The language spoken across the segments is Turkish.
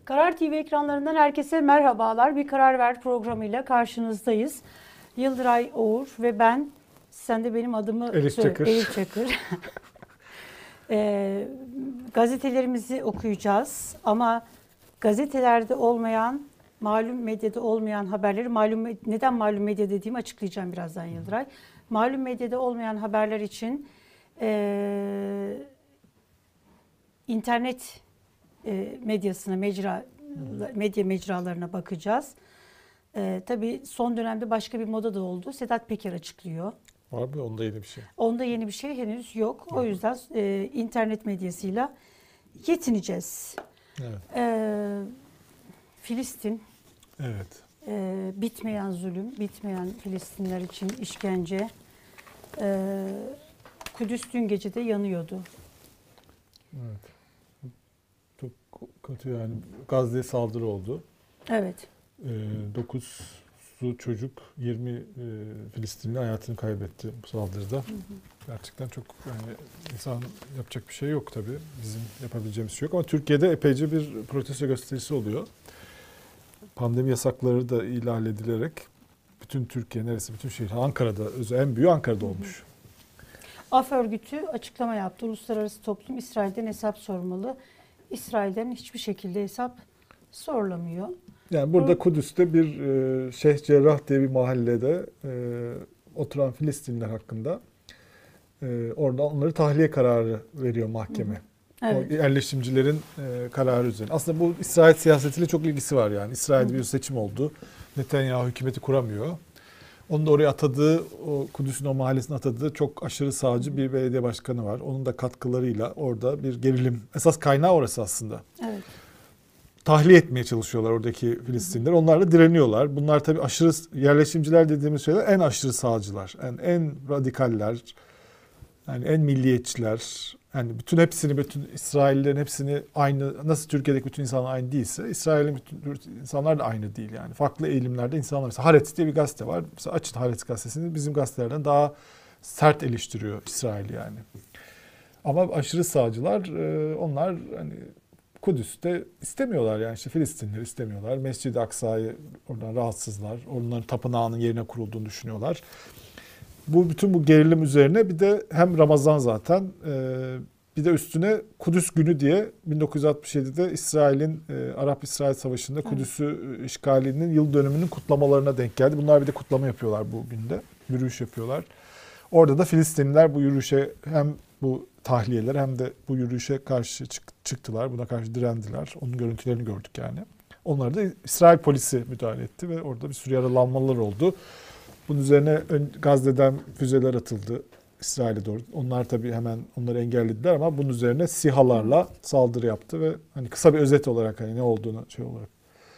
Karar TV ekranlarından herkese merhabalar. Bir Karar Ver programıyla karşınızdayız. Yıldıray Oğur ve ben, sen de benim adımı Elif Çakır. Elif Çakır. Gazetelerimizi okuyacağız ama gazetelerde olmayan, malum medyada olmayan haberleri, neden malum medya dediğimi açıklayacağım birazdan Yıldıray. Malum medyada olmayan haberler için internet medyasına, medya mecralarına bakacağız. Tabii son dönemde başka bir moda da oldu. Sedat Peker açıklıyor. Var mı? Onda yeni bir şey. Onda yeni bir şey henüz yok. O yüzden internet medyasıyla yetineceğiz. Evet. Filistin. Evet. Bitmeyen zulüm, bitmeyen Filistinler için işkence. Kudüs dün gece de yanıyordu. Evet. Çok kötü yani. Gazze'ye saldırı oldu. Evet. 9 çocuk, 20 Filistinli hayatını kaybetti bu saldırıda. Hı hı. Gerçekten çok yani insan yapacak bir şey yok tabii. Bizim yapabileceğimiz şey yok ama Türkiye'de epeyce bir protesto gösterisi oluyor. Pandemi yasakları da ihlal edilerek bütün Türkiye neresi, bütün şehir, Ankara'da, en büyüğü Ankara'da olmuş. Af örgütü açıklama yaptı. Uluslararası toplum İsrail'den hesap sormalı. İsrail'den hiçbir şekilde hesap sorulamıyor. Yani burada Kudüs'te bir Şeyh Cerrah diye bir mahallede oturan Filistinliler hakkında orada onları tahliye kararı veriyor mahkeme. Evet. O yerleşimcilerin kararı üzerine. Aslında bu İsrail siyasetiyle çok ilgisi var yani. İsrail'de bir seçim oldu. Netanyahu hükümeti kuramıyor. Onun da oraya atadığı, o Kudüs'ün o mahallesine atadığı çok aşırı sağcı bir belediye başkanı var. Onun da katkılarıyla orada bir gerilim. Esas kaynağı orası aslında. Evet. Tahliye etmeye çalışıyorlar oradaki Filistinliler. Onlar da direniyorlar. Bunlar tabii aşırı yerleşimciler dediğimiz şeyler en aşırı sağcılar. Yani en radikaller, yani en milliyetçiler. Yani bütün İsraillerin hepsini aynı, nasıl Türkiye'deki bütün insanlar aynı değilse İsrail'in bütün insanlar da aynı değil yani. Farklı eğilimlerde insanlar. Mesela Haaretz diye bir gazete var. Mesela açın Haaretz gazetesini, bizim gazetelerden daha sert eleştiriyor İsrail yani. Ama aşırı sağcılar onlar hani Kudüs'te istemiyorlar yani işte Filistinleri istemiyorlar. Mescid-i Aksa'yı oradan rahatsızlar. Onların tapınağının yerine kurulduğunu düşünüyorlar. Bütün bu gerilim üzerine bir de hem Ramazan zaten bir de üstüne Kudüs Günü diye 1967'de İsrail'in Arap-İsrail Savaşı'nda Kudüs'ü işgalinin yıl dönümünün kutlamalarına denk geldi. Bunlar bir de kutlama yapıyorlar bu günde. Yürüyüş yapıyorlar. Orada da Filistinliler bu yürüyüşe hem bu tahliyeler hem de bu yürüyüşe karşı çıktılar. Buna karşı direndiler. Onun görüntülerini gördük yani. Onlara da İsrail polisi müdahale etti ve orada bir sürü yaralanmalar oldu. Bunun üzerine Gazze'den füzeler atıldı İsrail'e doğru. Onlar tabii hemen onları engellediler ama bunun üzerine SİHA'larla saldırı yaptı ve hani kısa bir özet olarak hani ne olduğunu şey olarak.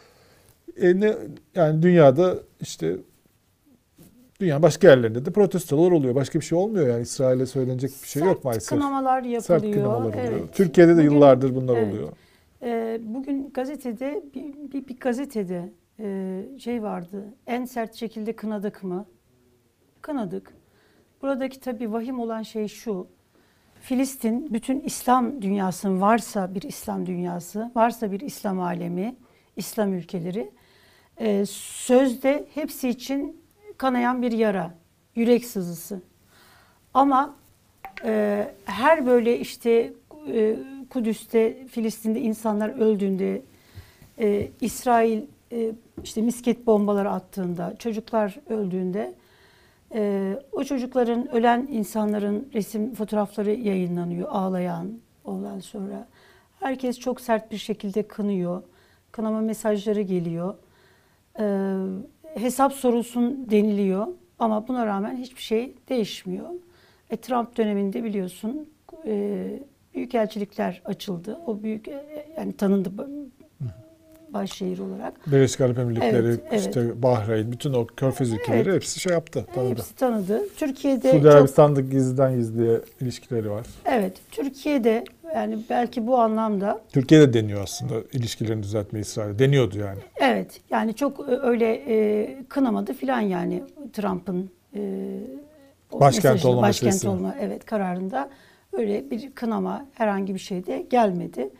Yani dünyada işte dünyanın başka yerlerinde de protestolar oluyor. Başka bir şey olmuyor yani İsrail'e söylenecek bir şey yok maalesef. Kınamalar yapılıyor. Sert kınamalar oluyor. Evet. Türkiye'de de yıllardır bunlar oluyor. Bugün gazetede bir gazetede şey vardı. En sert şekilde kınadık mı? Kınadık. Buradaki tabii vahim olan şey şu. Filistin bütün İslam dünyasının varsa bir İslam dünyası, varsa bir İslam alemi, İslam ülkeleri sözde hepsi için kanayan bir yara, yürek sızısı. Ama her böyle işte Kudüs'te, Filistin'de insanlar öldüğünde, İsrail işte misket bombaları attığında, çocuklar öldüğünde o çocukların, ölen insanların resim fotoğrafları yayınlanıyor, ağlayan, ondan sonra. Herkes çok sert bir şekilde kınıyor. Kınama mesajları geliyor. Hesap sorulsun deniliyor ama buna rağmen hiçbir şey değişmiyor. Trump döneminde biliyorsun büyükelçilikler açıldı. O büyük yani tanındı başşehir olarak. Birleşik Arap Emirlikleri, evet, işte evet. Bahreyn, bütün o Körfez ülkeleri hepsi şey yaptı, tanıdı. Hepsi tanıdı. Türkiye'de Suudi Arabistan'da gizliden gizliye ilişkileri var. Evet, Türkiye'de yani belki bu anlamda. Türkiye'de deniyor aslında ilişkilerini düzeltmeyi İsrail'e. Deniyordu yani. Evet, yani çok öyle kınamadı filan yani Trump'ın başkent olma kararında öyle bir kınama herhangi bir şey de gelmedi.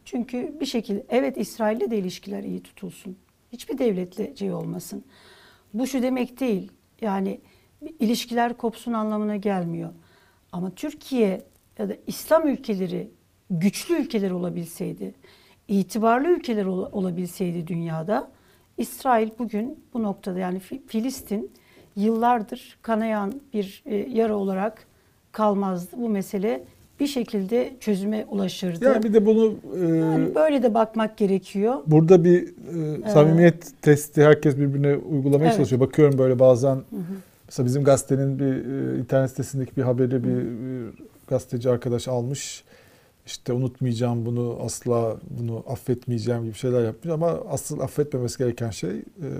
Çünkü bir şekilde evet İsrail'le de ilişkiler iyi tutulsun. Hiçbir devletle şey olmasın. Bu şu demek değil. Yani ilişkiler kopsun anlamına gelmiyor. Ama Türkiye ya da İslam ülkeleri güçlü ülkeler olabilseydi, itibarlı ülkeler olabilseydi dünyada, İsrail bugün bu noktada yani Filistin yıllardır kanayan bir yara olarak kalmazdı. Bu mesele bir şekilde çözüme ulaşırdı. Yani bir de bunu Yani böyle de bakmak gerekiyor. burada bir samimiyet testi herkes birbirine uygulamaya Evet. çalışıyor. Bakıyorum böyle bazen mesela bizim gazetenin bir internet sitesindeki bir haberi bir gazeteci arkadaş almış. İşte unutmayacağım bunu, asla bunu affetmeyeceğim gibi şeyler yapmış ama asıl affetmemesi gereken şey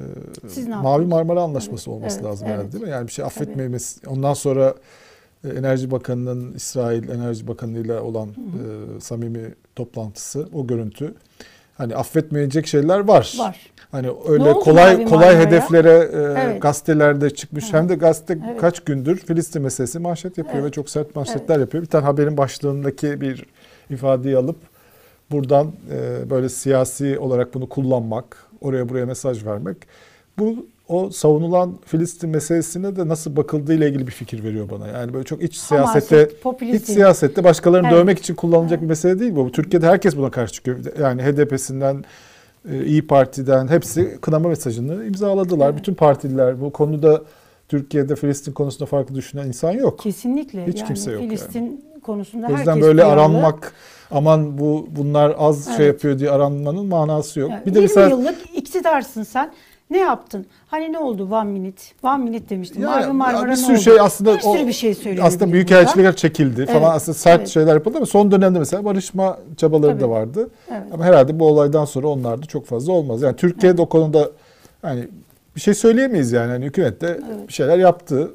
Siz ne Mavi yaptınız? Marmara Anlaşması Evet, olması evet, lazım evet. herhalde, değil mi? Yani bir şey affetmemesi. Ondan sonra Enerji Bakanı'nın İsrail Enerji Bakanı'yla olan samimi toplantısı, o görüntü. Hani affetmeyecek şeyler var. Var. Hani Ne öyle oldu kolay Mavi kolay Marmara'ya? hedeflere Evet. gazetelerde çıkmış. Evet. Hem de gazete Evet. kaç gündür Filistin meselesi manşet yapıyor Evet. ve çok sert manşetler yapıyor. Bir tane haberin başlığındaki bir ifadeyi alıp buradan böyle siyasi olarak bunu kullanmak, oraya buraya mesaj vermek. Bu o savunulan Filistin meselesine de nasıl bakıldığı ile ilgili bir fikir veriyor bana. Yani böyle çok iç siyasete, Hamaset, popülizm. iç siyasette başkalarını Evet. dövmek için kullanılacak bir mesele değil bu. Türkiye'de herkes buna karşı çıkıyor. Yani HDP'sinden İyi Parti'den hepsi kınama mesajını imzaladılar. Evet. Bütün partililer bu konuda Türkiye'de Filistin konusunda farklı düşünen insan yok. Kesinlikle. Hiç yani kimse yok Filistin konusunda O yüzden herkes böyle duyarlı. aranmak, aman bunlar az şey Evet. yapıyor diye aranmanın manası yok. Yani Bir de 20 mesela yıllık iktidarsın sen. Ne yaptın? Hani ne oldu One Minute? One Minute demiştim. yani Mavi Marmara bir ne sürü oldu? şey aslında Bir sürü bir şey söylenebilir aslında büyük burada. elçilikler çekildi falan, Evet, aslında sert evet. şeyler yapıldı ama son dönemde mesela barışma çabaları Tabii. da vardı. Evet. Ama herhalde bu olaydan sonra onlar da çok fazla olmaz. Yani Türkiye'de o konuda yani bir şey söyleyemeyiz yani. Hani hükümet de bir şeyler yaptı.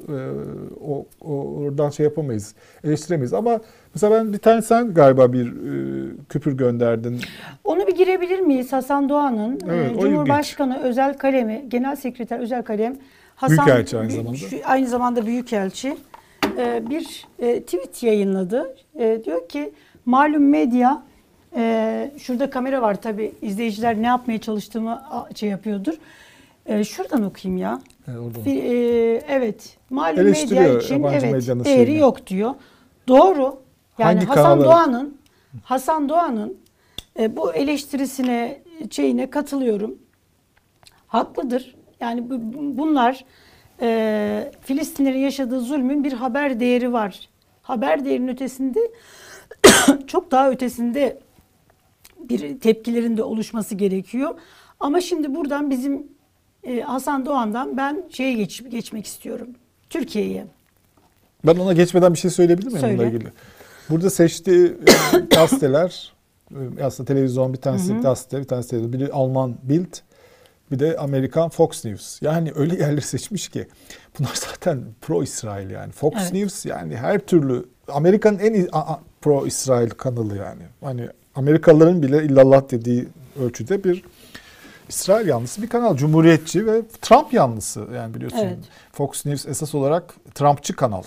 Oradan şey yapamayız. Eleştiremeyiz ama mesela ben bir tane sen galiba bir küpür gönderdin. Onu bir girebilir miyiz? Hasan Doğan'ın Evet, o Cumhurbaşkanı özel kalemi, Genel Sekreter özel kalem Hasan Büyükelçi aynı zamanda. Aynı zamanda Büyükelçi bir tweet yayınladı. Diyor ki malum medya şurada kamera var tabii izleyiciler ne yapmaya çalıştığımı şey yapıyordur. Şuradan okuyayım ya. Evet, oradan. Evet. Malum Eleştiriyor medya için yabancı evet medyanın değeri şeyini. yok diyor. Doğru. Yani Hangi kanalları? Hasan Doğan'ın bu eleştirisine katılıyorum. Haklıdır. Yani bunlar Filistinlerin yaşadığı zulmün bir haber değeri var. Haber değerinin ötesinde çok daha ötesinde bir tepkilerin de oluşması gerekiyor. Ama şimdi buradan bizim Hasan Doğan'dan ben geçmek istiyorum. Türkiye'ye. Ben ona geçmeden bir şey söyleyebilir miyim Söyle. bununla ilgili? Burada seçtiği gazeteler, aslında televizyon bir tanesi gazete, bir tanesi televizyon. Biri Alman Bild, bir de Amerikan Fox News. Yani öyle yerleri seçmiş ki bunlar zaten pro-İsrail yani. Fox Evet. News yani her türlü Amerika'nın en iyi pro-İsrail kanalı yani. Hani Amerikalıların bile illallah dediği ölçüde bir İsrail yanlısı bir kanal. Cumhuriyetçi ve Trump yanlısı yani biliyorsun. Evet. Fox News esas olarak Trumpçı kanal.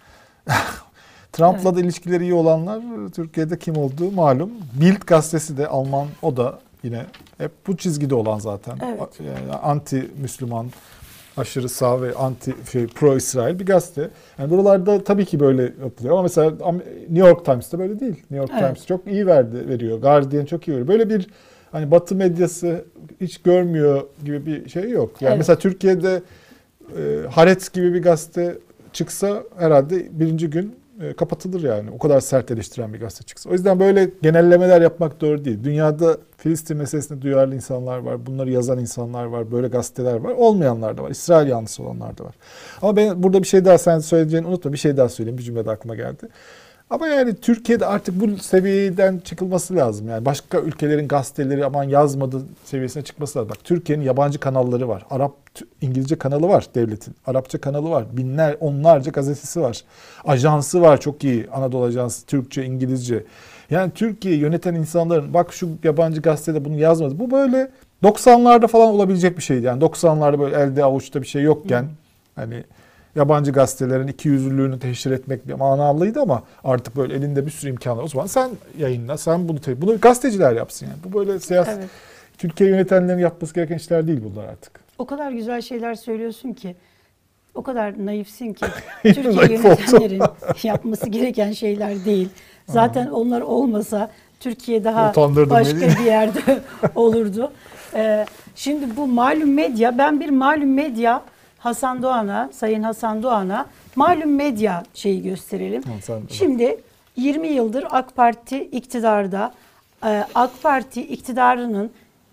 Trump'la da ilişkileri iyi olanlar Türkiye'de kim olduğu malum. Bild gazetesi de Alman, o da yine hep bu çizgide olan zaten. Evet. Yani anti Müslüman, aşırı sağ ve pro İsrail bir gazete. Yani buralarda tabii ki böyle yapılıyor ama mesela New York Times'ta böyle değil. New York Evet. Times çok iyi veriyor. Guardian çok iyi veriyor. Böyle bir hani Batı medyası hiç görmüyor gibi bir şey yok. Yani Evet. mesela Türkiye'de Haaretz gibi bir gazete çıksa herhalde birinci gün kapatılır yani. O kadar sert eleştiren bir gazete çıksa. O yüzden böyle genellemeler yapmak doğru değil. Dünyada Filistin meselesine duyarlı insanlar var. Bunları yazan insanlar var. Böyle gazeteler var. Olmayanlar da var. İsrail yanlısı olanlar da var. Ama ben burada bir şey daha, sen söyleyeceğini unutma. Bir şey daha söyleyeyim. Bir cümle de aklıma geldi. Ama yani Türkiye'de artık bu seviyeden çıkılması lazım. Yani başka ülkelerin gazeteleri aman yazmadı seviyesine çıkması lazım. Bak Türkiye'nin yabancı kanalları var. İngilizce kanalı var devletin. Arapça kanalı var. Onlarca gazetesi var. Ajansı var çok iyi. Anadolu Ajansı, Türkçe, İngilizce. Yani Türkiye'yi yöneten insanların bak şu yabancı gazetede bunu yazmadı. Bu böyle 90'larda falan olabilecek bir şeydi. Yani 90'larda böyle elde avuçta bir şey yokken hani yabancı gazetelerin ikiyüzlülüğünü teşhir etmek bir manalıydı ama artık böyle elinde bir sürü imkan var. O zaman sen yayınla, sen bunu gazeteciler yapsın yani. Bu böyle Evet. Türkiye yönetenlerin yapması gereken işler değil bunlar artık. O kadar güzel şeyler söylüyorsun ki, o kadar naifsin ki Yine Türkiye naif yönetenlerin yapması gereken şeyler değil. Zaten onlar olmasa Türkiye daha Utandırdım başka beni. bir yerde olurdu. Şimdi bu malum medya, ben bir malum medya Sayın Hasan Doğan'a malum medya şeyi gösterelim. Şimdi 20 yıldır AK Parti iktidarda. AK Parti iktidarının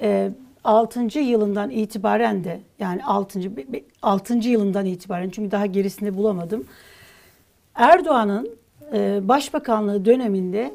6. yılından itibaren de, yani 6. yılından itibaren, çünkü daha gerisinde bulamadım. Erdoğan'ın başbakanlığı döneminde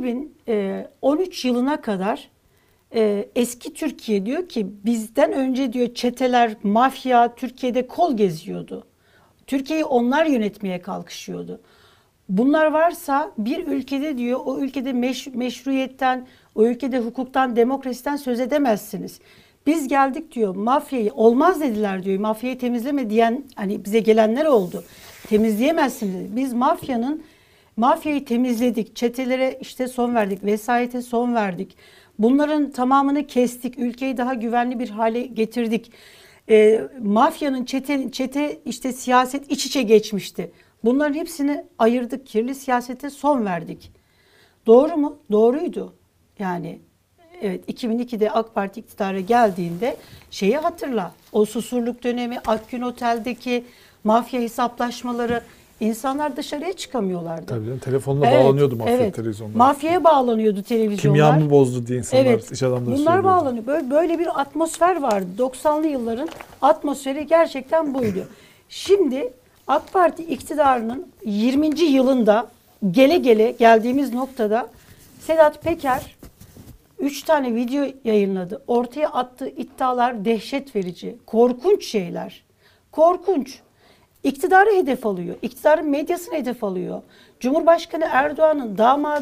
2013 yılına kadar eski Türkiye diyor ki bizden önce diyor çeteler, mafya Türkiye'de kol geziyordu. Türkiye'yi onlar yönetmeye kalkışıyordu. Bunlar varsa bir ülkede diyor, o ülkede meşruiyetten, o ülkede hukuktan, demokrasiden söz edemezsiniz. Biz geldik diyor, mafyayı olmaz dediler diyor. Mafyayı temizleme diyen hani bize gelenler oldu. Temizleyemezsiniz dedi. Biz mafyayı temizledik. Çetelere işte son verdik. Vesayete son verdik. Bunların tamamını kestik. Ülkeyi daha güvenli bir hale getirdik. Mafyanın çete işte siyaset iç içe geçmişti. Bunların hepsini ayırdık. Kirli siyasete son verdik. Doğru mu? Doğruydu. Yani evet, 2002'de AK Parti iktidara geldiğinde şeyi hatırla. O Susurluk dönemi, Akgün Otel'deki mafya hesaplaşmaları, insanlar dışarıya çıkamıyorlardı. Tabii canım, telefonla bağlanıyordu mafya televizyonlara. Mafyaya bağlanıyordu televizyonlar. Kimyamı bozdu diye insanlar, evet, iş adamları bunlar söylüyordu. bağlanıyor. Böyle bir atmosfer vardı. 90'lı yılların atmosferi gerçekten buydu. Şimdi AK Parti iktidarının 20. yılında geldiğimiz noktada Sedat Peker 3 tane video yayınladı. Ortaya attığı iddialar dehşet verici. Korkunç şeyler. Korkunç. İktidarı hedef alıyor. İktidarın medyasını hedef alıyor. Cumhurbaşkanı Erdoğan'ın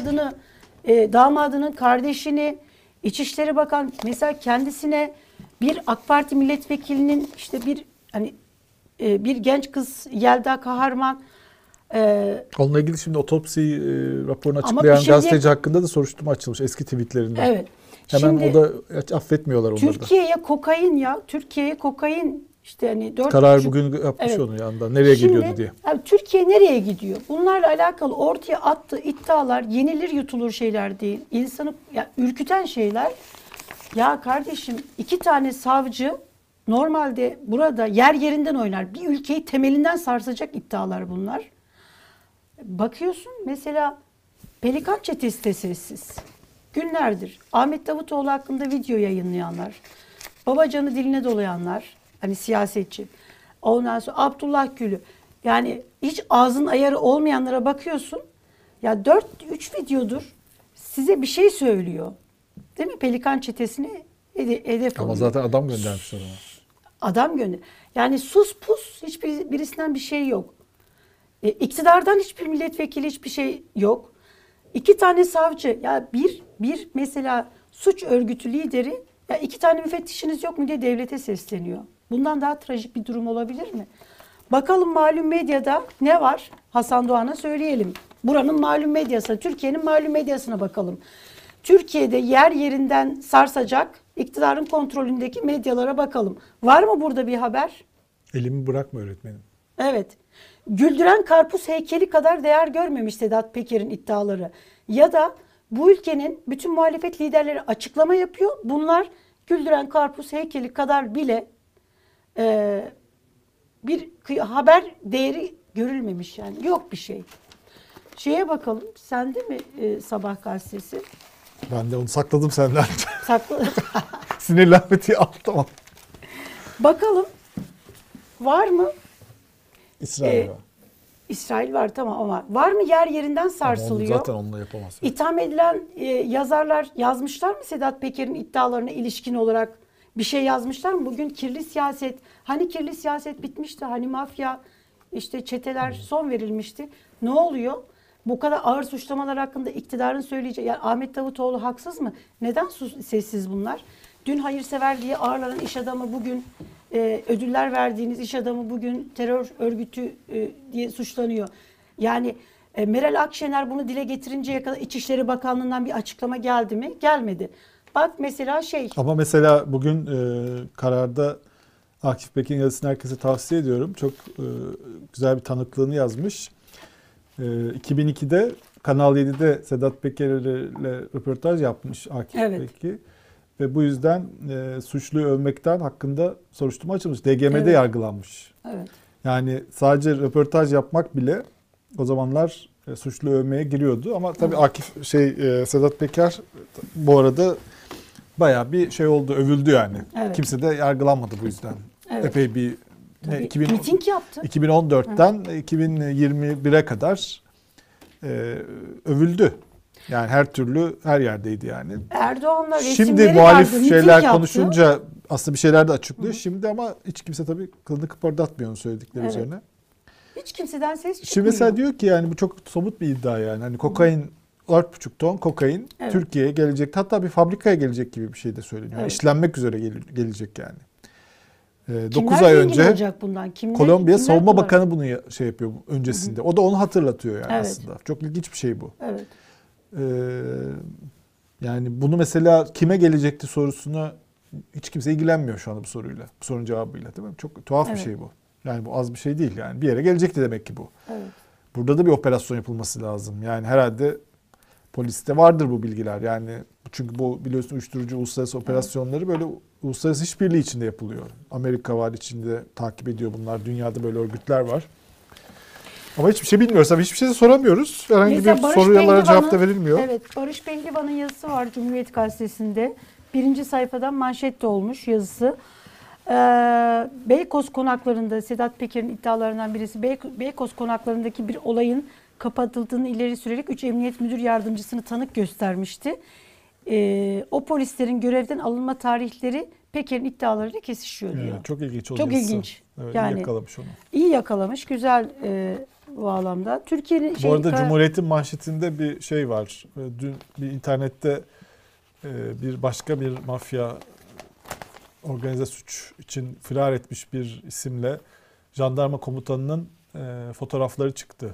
damadının kardeşini, İçişleri Bakan mesela kendisine bir AK Parti milletvekilinin işte bir genç kız Yelda Kaharman, onunla ilgili şimdi otopsi raporunu Ama açıklayan bir şey gazeteci hakkında da soruşturma açılmış eski tweetlerinden. evet. Hemen Şimdi o da hiç affetmiyorlar onları da. Türkiye'ye kokain işte hani 4,5 Karar bugün yapmış evet. onu yanında. Nereye gidiyordu diye. Yani Türkiye nereye gidiyor? Bunlarla alakalı ortaya attığı iddialar yenilir yutulur şeyler değil. İnsanı ürküten şeyler. Ya kardeşim, 2 tane savcı normalde burada yer yerinden oynar. Bir ülkeyi temelinden sarsacak iddialar bunlar. Bakıyorsun mesela Pelikan Çetesi de sessiz. Günlerdir Ahmet Davutoğlu hakkında video yayınlayanlar, Babacan'ı diline dolayanlar, hani siyasetçi. Ondan sonra Abdullah Gül'ü, yani hiç ağzın ayarı olmayanlara bakıyorsun. Ya 3 videodur size bir şey söylüyor. Değil mi? Pelikan Çetesi'ni hedef Ama alıyor. zaten adam göndermişler ona. Adam gönder. Yani sus pus, birisinden bir şey yok. İktidardan hiçbir milletvekili, hiçbir şey yok. 2 tane savcı, ya bir mesela suç örgütü lideri, ya 2 tane müfettişiniz yok mu diye devlete sesleniyor. Bundan daha trajik bir durum olabilir mi? Bakalım malum medyada ne var? Hasan Doğan'a söyleyelim. Buranın malum medyası, Türkiye'nin malum medyasına bakalım. Türkiye'de yer yerinden sarsacak iktidarın kontrolündeki medyalara bakalım. Var mı burada bir haber? Elimi bırakma öğretmenim. Evet. Güldüren karpuz heykeli kadar değer görmemiş Sedat Peker'in iddiaları. Ya da bu ülkenin bütün muhalefet liderleri açıklama yapıyor. Bunlar güldüren karpuz heykeli kadar bile bir haber değeri görülmemiş yani. Yok bir şey. Şeye bakalım. Sende mi Sabah gazetesi? Ben de onu sakladım senden. Saklı. Sinirlenmediği al tamam. Bakalım. Var mı? İsrail var. İsrail var tamam, ama var mı yer yerinden sarsılıyor? Ama zaten onunla yapamazsın. İtham edilen yazarlar yazmışlar mı Sedat Peker'in iddialarına ilişkin olarak bir şey yazmışlar mı? Bugün kirli siyaset, hani kirli siyaset bitmişti, hani mafya işte çeteler son verilmişti. Ne oluyor? Bu kadar ağır suçlamalar hakkında iktidarın söyleyeceği, yani Ahmet Davutoğlu haksız mı? Neden sessiz bunlar? Dün hayırsever diye ağırlanan iş adamı bugün ödüller verdiğiniz iş adamı bugün terör örgütü diye suçlanıyor. Yani Meral Akşener bunu dile getirinceye kadar İçişleri Bakanlığı'ndan bir açıklama geldi mi? Gelmedi. Bak mesela Ama mesela bugün kararda Akif Peker'in yazısını herkese tavsiye ediyorum. Çok güzel bir tanıklığını yazmış. 2002'de Kanal 7'de Sedat Peker'le röportaj yapmış Akif Peker. Ve bu yüzden suçluyu övmekten hakkında soruşturma açılmış. DGM'de yargılanmış. Evet. Yani sadece röportaj yapmak bile o zamanlar suçlu övmeye giriyordu. Ama tabii Sedat Peker bu arada bayağı bir şey oldu, övüldü yani. Evet. Kimse de yargılanmadı bu yüzden. Evet. Epey bir miting yaptı. 2014'ten 2021'e kadar övüldü. Yani her türlü her yerdeydi yani. Erdoğan'la resimleri şimdi muhalif şeyler konuşunca aslında bir şeyler de açıklıyor. Şimdi ama hiç kimse tabii kılını kıpırdatmıyor söyledikleri üzerine. Hiç kimseden ses çıkmıyor. Şimdi mesela diyor ki yani bu çok somut bir iddia yani. Hani kokain 4,5 ton kokain Türkiye'ye gelecek. Hatta bir fabrikaya gelecek gibi bir şey de söyleniyor. Evet. İşlenmek üzere gelecek yani. 9 ay önce Kolombiya Savunma Bakanı bunu şey yapıyor öncesinde. O da onu hatırlatıyor yani aslında. Çok ilginç bir şey bu. Evet. Yani bunu mesela kime gelecekti sorusuna hiç kimse ilgilenmiyor şu anda bu soruyla. Bu sorunun cevabıyla değil mi? Çok tuhaf bir şey bu. Yani bu az bir şey değil yani. Bir yere gelecekti demek ki bu. Evet. Burada da bir operasyon yapılması lazım. Yani herhalde poliste vardır bu bilgiler. Yani çünkü bu biliyorsun uyuşturucu uluslararası operasyonları böyle uluslararası işbirliği içinde yapılıyor. Amerika var içinde, takip ediyor bunlar. Dünyada böyle örgütler var. Ama hiçbir şey bilmiyoruz. Hiçbir şey de soramıyoruz. Herhangi mesela bir sorulara cevap da verilmiyor. Evet, Barış Pehlivan'ın yazısı var Cumhuriyet Gazetesi'nde. 1. sayfadan manşette olmuş yazısı. Beykoz konaklarında, Sedat Peker'in iddialarından birisi, Beykoz konaklarındaki bir olayın kapatıldığını ileri sürerek 3 emniyet müdür yardımcısını tanık göstermişti. O polislerin görevden alınma tarihleri Peker'in iddialarıyla kesişiyor diyor. Evet, çok ilginç oluyor. Çok ilginç. Evet, yani, iyi yakalamış onu. İyi yakalamış, güzel bu anlamda. Türkiye'nin bu arada Cumhuriyet'in manşetinde bir şey var. Dün bir internette bir başka bir mafya organize suç için firar etmiş bir isimle jandarma komutanının fotoğrafları çıktı.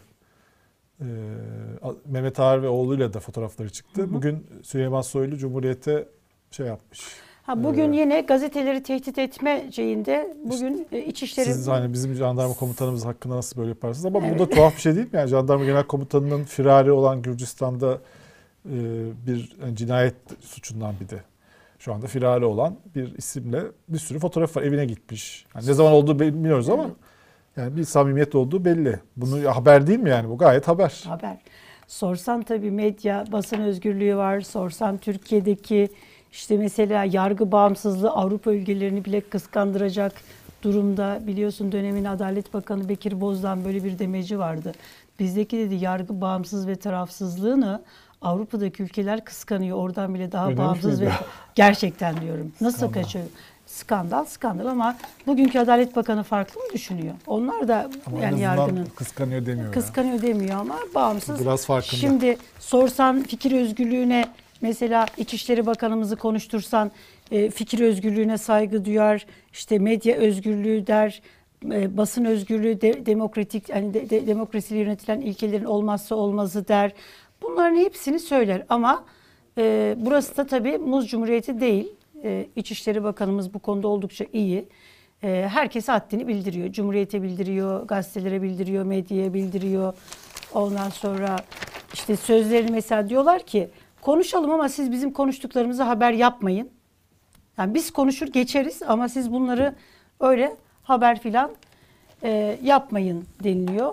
Mehmet Ağar ve oğluyla da fotoğrafları çıktı. Hı hı. Bugün Süleyman Soylu Cumhuriyet'e şey yapmış. Bugün yine gazeteleri tehdit etme şeyinde bugün İçişleri... Siz hani bizim jandarma komutanımız hakkında nasıl böyle yaparsınız ama bu da tuhaf bir şey değil mi? Yani jandarma genel komutanının firari olan Gürcistan'da bir cinayet suçundan bir de şu anda firari olan bir isimle bir sürü fotoğraf var. Evine gitmiş. Yani ne zaman olduğu bilmiyoruz ama yani bir samimiyet olduğu belli. Bunu haber değil mi yani? Bu gayet haber. Haber. Sorsan tabii medya, basın özgürlüğü var. Sorsan Türkiye'deki işte mesela yargı bağımsızlığı Avrupa ülkelerini bile kıskandıracak durumda. Biliyorsun dönemin Adalet Bakanı Bekir Bozdağ'ın böyle bir demeci vardı. Bizdeki dedi yargı bağımsız ve tarafsızlığını Avrupa'daki ülkeler kıskanıyor. Oradan bile daha öyle bağımsız ve gerçekten diyorum. Nasıl kaçıyor? Skandal ama bugünkü Adalet Bakanı farklı mı düşünüyor? Onlar da ama yani yargının kıskanıyor demiyor. Kıskanıyor demiyor ama bağımsız. Biraz farkında. Şimdi sorsan fikir özgürlüğüne mesela İçişleri Bakanımızı konuştursan fikir özgürlüğüne saygı duyar, işte medya özgürlüğü der, basın özgürlüğü demokratik yani demokrasiyle yönetilen ilkelerin olmazsa olmazı der. Bunların hepsini söyler ama burası da tabii Muz Cumhuriyeti değil. İçişleri Bakanımız bu konuda oldukça iyi. Herkese haddini bildiriyor. Cumhuriyete bildiriyor, gazetelere bildiriyor, medyaya bildiriyor. Ondan sonra işte sözlerini mesela diyorlar ki konuşalım ama siz bizim konuştuklarımızı haber yapmayın. Yani biz konuşur geçeriz ama siz bunları öyle haber filan yapmayın deniliyor.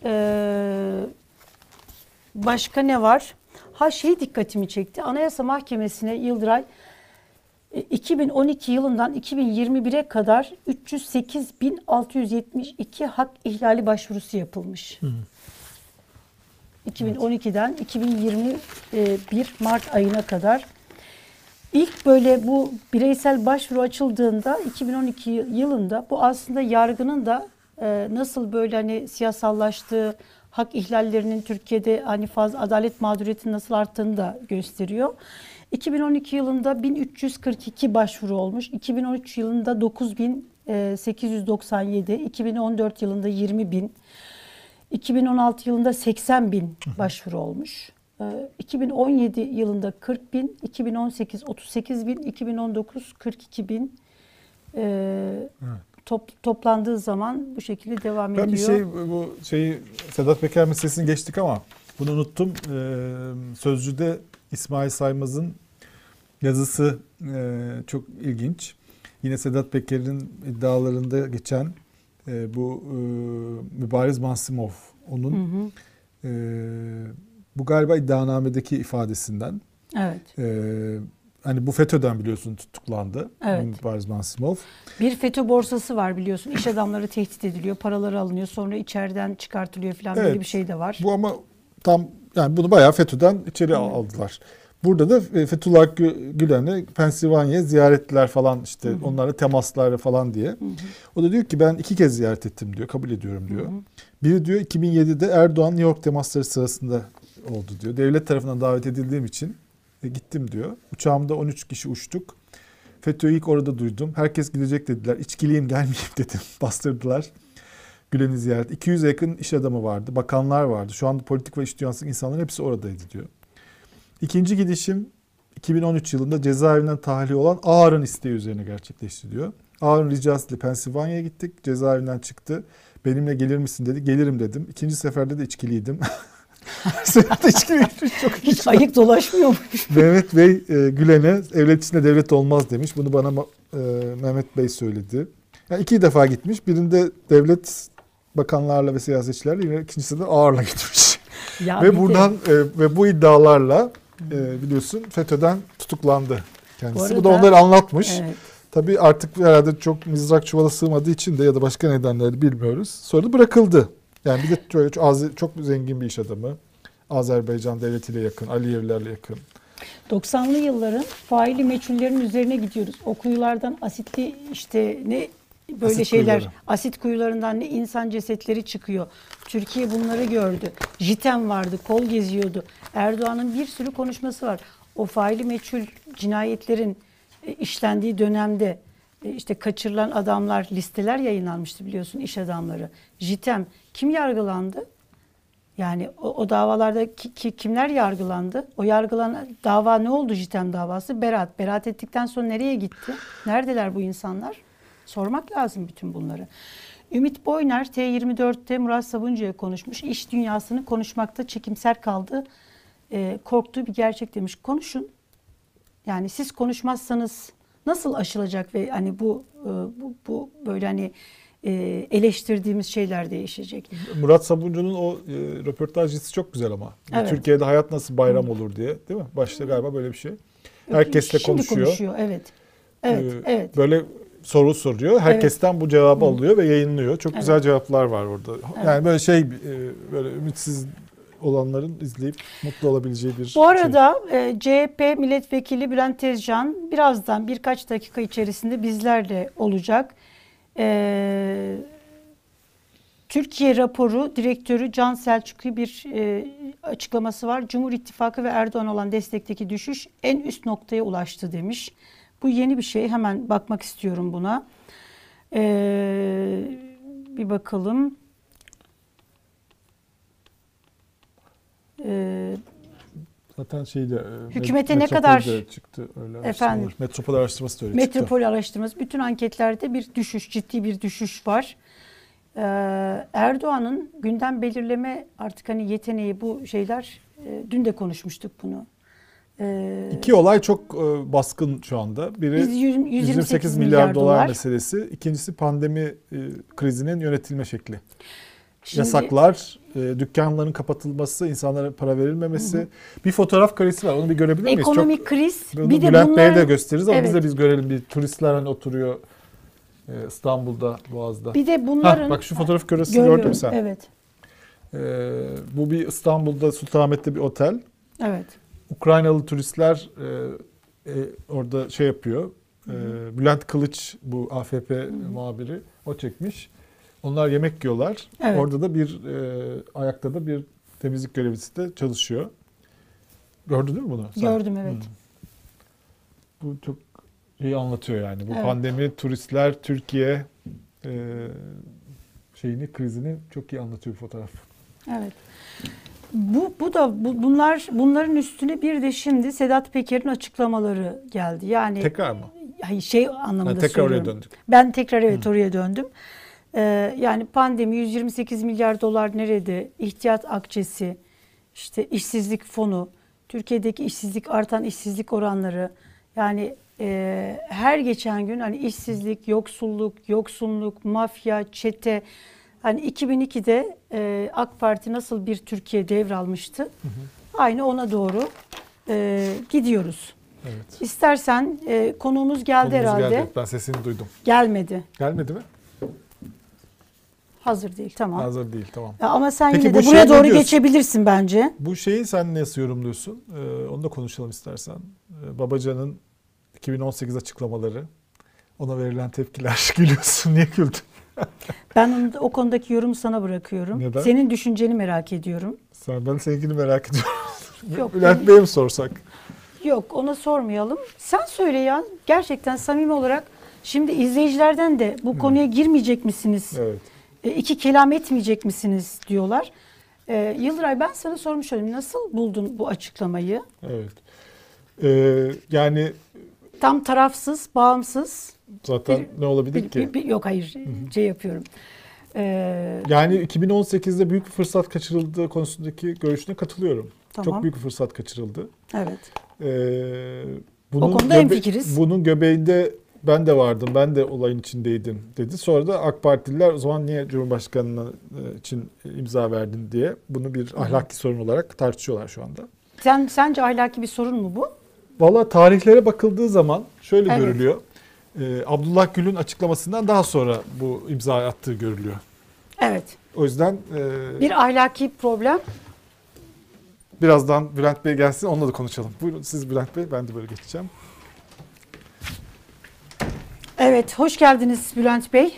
Başka ne var? Dikkatimi çekti. Anayasa Mahkemesi'ne Yıldıray 2012 yılından 2021'e kadar 308.672 hak ihlali başvurusu yapılmış. 2012'den 2021 Mart ayına kadar. İlk böyle bu bireysel başvuru açıldığında 2012 yılında bu aslında yargının da nasıl böyle hani siyasallaştığı, hak ihlallerinin Türkiye'de hani fazla adalet mağduriyetinin nasıl arttığını da gösteriyor. 2012 yılında 1342 başvuru olmuş. 2013 yılında 9000 897, 2014 yılında 20 bin, 2016 yılında 80 bin başvuru olmuş. 2017 yılında 40 bin, 2018 38 bin, 2019 42 bin. Toplandığı zaman bu şekilde devam ediyor. Ben bu Sedat Peker meselesini geçtik ama bunu unuttum. Sözcü'de İsmail Saymaz'ın yazısı çok ilginç. Yine Sedat Peker'in iddialarında geçen bu Mübariz Mansimov onun bu galiba iddianamedeki ifadesinden. Evet. Hani bu FETÖ'den biliyorsun tutuklandı. Evet. Mübariz Mansimov. Bir FETÖ borsası var biliyorsun. İş adamları tehdit ediliyor, paraları alınıyor, sonra içeriden çıkartılıyor falan, böyle bir şey de var. Bu ama tam yani bunu bayağı FETÖ'den içeri aldılar. Burada da Fethullah Gülen'i Pensilvanya'ya ziyaretler falan, işte onlarla temaslar falan diye. O da diyor ki ben 2 kez ziyaret ettim diyor, kabul ediyorum diyor. Biri diyor 2007'de Erdoğan New York temasları sırasında oldu diyor. Devlet tarafından davet edildiğim için gittim diyor. Uçağımda 13 kişi uçtuk. FETÖ'yü ilk orada duydum. Herkes gidecek dediler. İçkiliyim gelmeyeyim dedim. Bastırdılar. Gülen'i ziyaret. 200'e yakın iş adamı vardı. Bakanlar vardı. Şu anda politik ve iş dünyasındaki insanların hepsi oradaydı diyor. İkinci gidişim 2013 yılında cezaevinden tahliye olan Ağar'ın isteği üzerine gerçekleşti diyor. Ağar'ın ricasıyla Pensilvanya'ya gittik. Cezaevinden çıktı. Benimle gelir misin dedi. Gelirim dedim. İkinci seferde de içkiliydim. Hiç ayık dolaşmıyormuş. Mehmet Bey Gülen'e evlet içinde devlet olmaz demiş. Bunu bana Mehmet Bey söyledi. Yani 2 defa gitmiş. Birinde devlet bakanlarla ve siyasetçilerle, yine ikincisinde Ağar'la gitmiş. Ya ve buradan ve bu iddialarla biliyorsun FETÖ'den tutuklandı kendisi. Bu da onları anlatmış. Evet. Tabii artık herhalde çok mızrak çuvala sığmadığı için de ya da başka nedenleri bilmiyoruz. Sonra da bırakıldı. Yani bir de çok zengin bir iş adamı. Azerbaycan devletiyle yakın, Aliyevlerle yakın. 90'lı yılların faili meçhullerin üzerine gidiyoruz. O kuyulardan asitli böyle şeyler, asit kuyularından ne insan cesetleri çıkıyor. Türkiye bunları gördü. JITEM vardı, kol geziyordu. Erdoğan'ın bir sürü konuşması var. O faili meçhul cinayetlerin işlendiği dönemde işte kaçırılan adamlar, listeler yayınlanmıştı biliyorsun, iş adamları. JITEM kim yargılandı? Yani o davalarda kimler yargılandı? O yargılanan dava ne oldu, JITEM davası? Beraat. Beraat ettikten sonra nereye gitti? Neredeler bu insanlar? Sormak lazım bütün bunları. Ümit Boyner T24'te Murat Sabuncu'ya konuşmuş. İş dünyasını konuşmakta çekimser kaldı. Korktuğu bir gerçek demiş. Konuşun. Yani siz konuşmazsanız nasıl aşılacak ve hani bu böyle hani eleştirdiğimiz şeyler değişecek. Murat Sabuncu'nun o röportaj dizisi çok güzel ama. Evet. Türkiye'de hayat nasıl bayram olur diye, değil mi? Başta galiba böyle bir şey. Herkesle konuşuyor. Evet. Evet. Böyle soru soruyor. Herkesten bu cevabı alıyor ve yayınlıyor. Çok güzel cevaplar var orada. Evet. Yani böyle böyle ümitsiz olanların izleyip mutlu olabileceği bir Bu arada CHP milletvekili Bülent Tezcan birazdan birkaç dakika içerisinde bizlerle olacak. Türkiye raporu direktörü Can Selçuklu bir açıklaması var. Cumhur İttifakı ve Erdoğan olan destekteki düşüş en üst noktaya ulaştı demiş. Bu yeni bir şey. Hemen bakmak istiyorum buna. Bir bakalım. Zaten hükümete ne kadar çıktı öyle efendim, Metropol araştırması da öyle çıktı. Metropol araştırması, bütün anketlerde bir düşüş, ciddi bir düşüş var. Erdoğan'ın gündem belirleme artık hani yeteneği, bu şeyler, dün de konuşmuştuk bunu. 2 olay çok baskın şu anda. Biri 128 milyar dolar meselesi. İkincisi pandemi krizinin yönetilme şekli. Yasaklar, dükkanların kapatılması, insanlara para verilmemesi. Bir fotoğraf karesi var. Onu bir görebilir miyiz? Ekonomik kriz. Bir de Bülent Bey'e de gösteririz ama biz görelim. Bir turistler hani oturuyor İstanbul'da, Boğaz'da. Bir de bunların... bak şu fotoğraf karesini gördün mü sen? Evet. Bu bir İstanbul'da Sultanahmet'te bir otel. Evet. Ukraynalı turistler orada yapıyor. Bülent Kılıç, bu AFP muhabiri, o çekmiş. Onlar yemek yiyorlar. Evet. Orada da ayakta da bir temizlik görevlisi de çalışıyor. Gördün mü bunu? Gördüm, evet. Bu çok İyi anlatıyor yani. Bu Evet. pandemi, turistler, Türkiye krizini çok iyi anlatıyor bu fotoğraf. Evet. Bunların üstüne bir de şimdi Sedat Peker'in açıklamaları geldi. Yani Tekrar mı? şey anlamında Tekrar oraya söylüyorum. döndük. Ben tekrar oraya döndüm. Yani pandemi 128 milyar dolar nerede? İhtiyat akçesi, işte işsizlik fonu, Türkiye'deki artan işsizlik oranları. Yani her geçen gün hani işsizlik, yoksulluk, mafya, çete. Hani 2002'de AK Parti nasıl bir Türkiye devralmıştı? Aynı ona doğru gidiyoruz. Evet. İstersen konuğumuz geldi herhalde. Geldi. Ben sesini duydum. Gelmedi. Gelmedi mi? Hazır değil, tamam. Hazır değil, tamam. Ama sen Peki yine bu de buraya şey ne doğru diyorsun? geçebilirsin bence. Bu şeyi sen nasıl yorumluyorsun? Onu da konuşalım istersen. Babacan'ın 2018 açıklamaları, ona verilen tepkiler. Gülüyorsun, niye güldün? Ben o konudaki yorumu sana bırakıyorum. Neden? Senin düşünceni merak ediyorum. Ben seninkini merak ediyorum. Yok, Bülent Bey'e mi sorsak? Yok, ona sormayalım. Sen söyle ya. Gerçekten samimi olarak şimdi izleyicilerden de bu konuya girmeyecek misiniz? Evet. İki kelam etmeyecek misiniz diyorlar. Yıldıray, ben sana sormuş olayım. Nasıl buldun bu açıklamayı? Evet. Yani Tam tarafsız, bağımsız. zaten ne olabilir ki? Yok hayır, şey yapıyorum. Yani 2018'de büyük bir fırsat kaçırıldığı konusundaki görüşüne katılıyorum. Tamam. Çok büyük bir fırsat kaçırıldı. Evet. Bunun O konuda hemfikiriz. Bunun göbeğinde ben de vardım, ben de olayın içindeydim dedi. Sonra da AK Partililer o zaman niye Cumhurbaşkanı'na için imza verdin diye bunu bir ahlaki sorun olarak tartışıyorlar şu anda. Sence ahlaki bir sorun mu bu? Valla tarihlere bakıldığı zaman şöyle Evet. görülüyor. Abdullah Gül'ün açıklamasından daha sonra bu imza attığı görülüyor. Evet. O yüzden Bir ahlaki problem. birazdan Bülent Bey gelsin, onunla da konuşalım. Buyurun siz Bülent Bey, ben de böyle geçeceğim. Evet, hoş geldiniz Bülent Bey.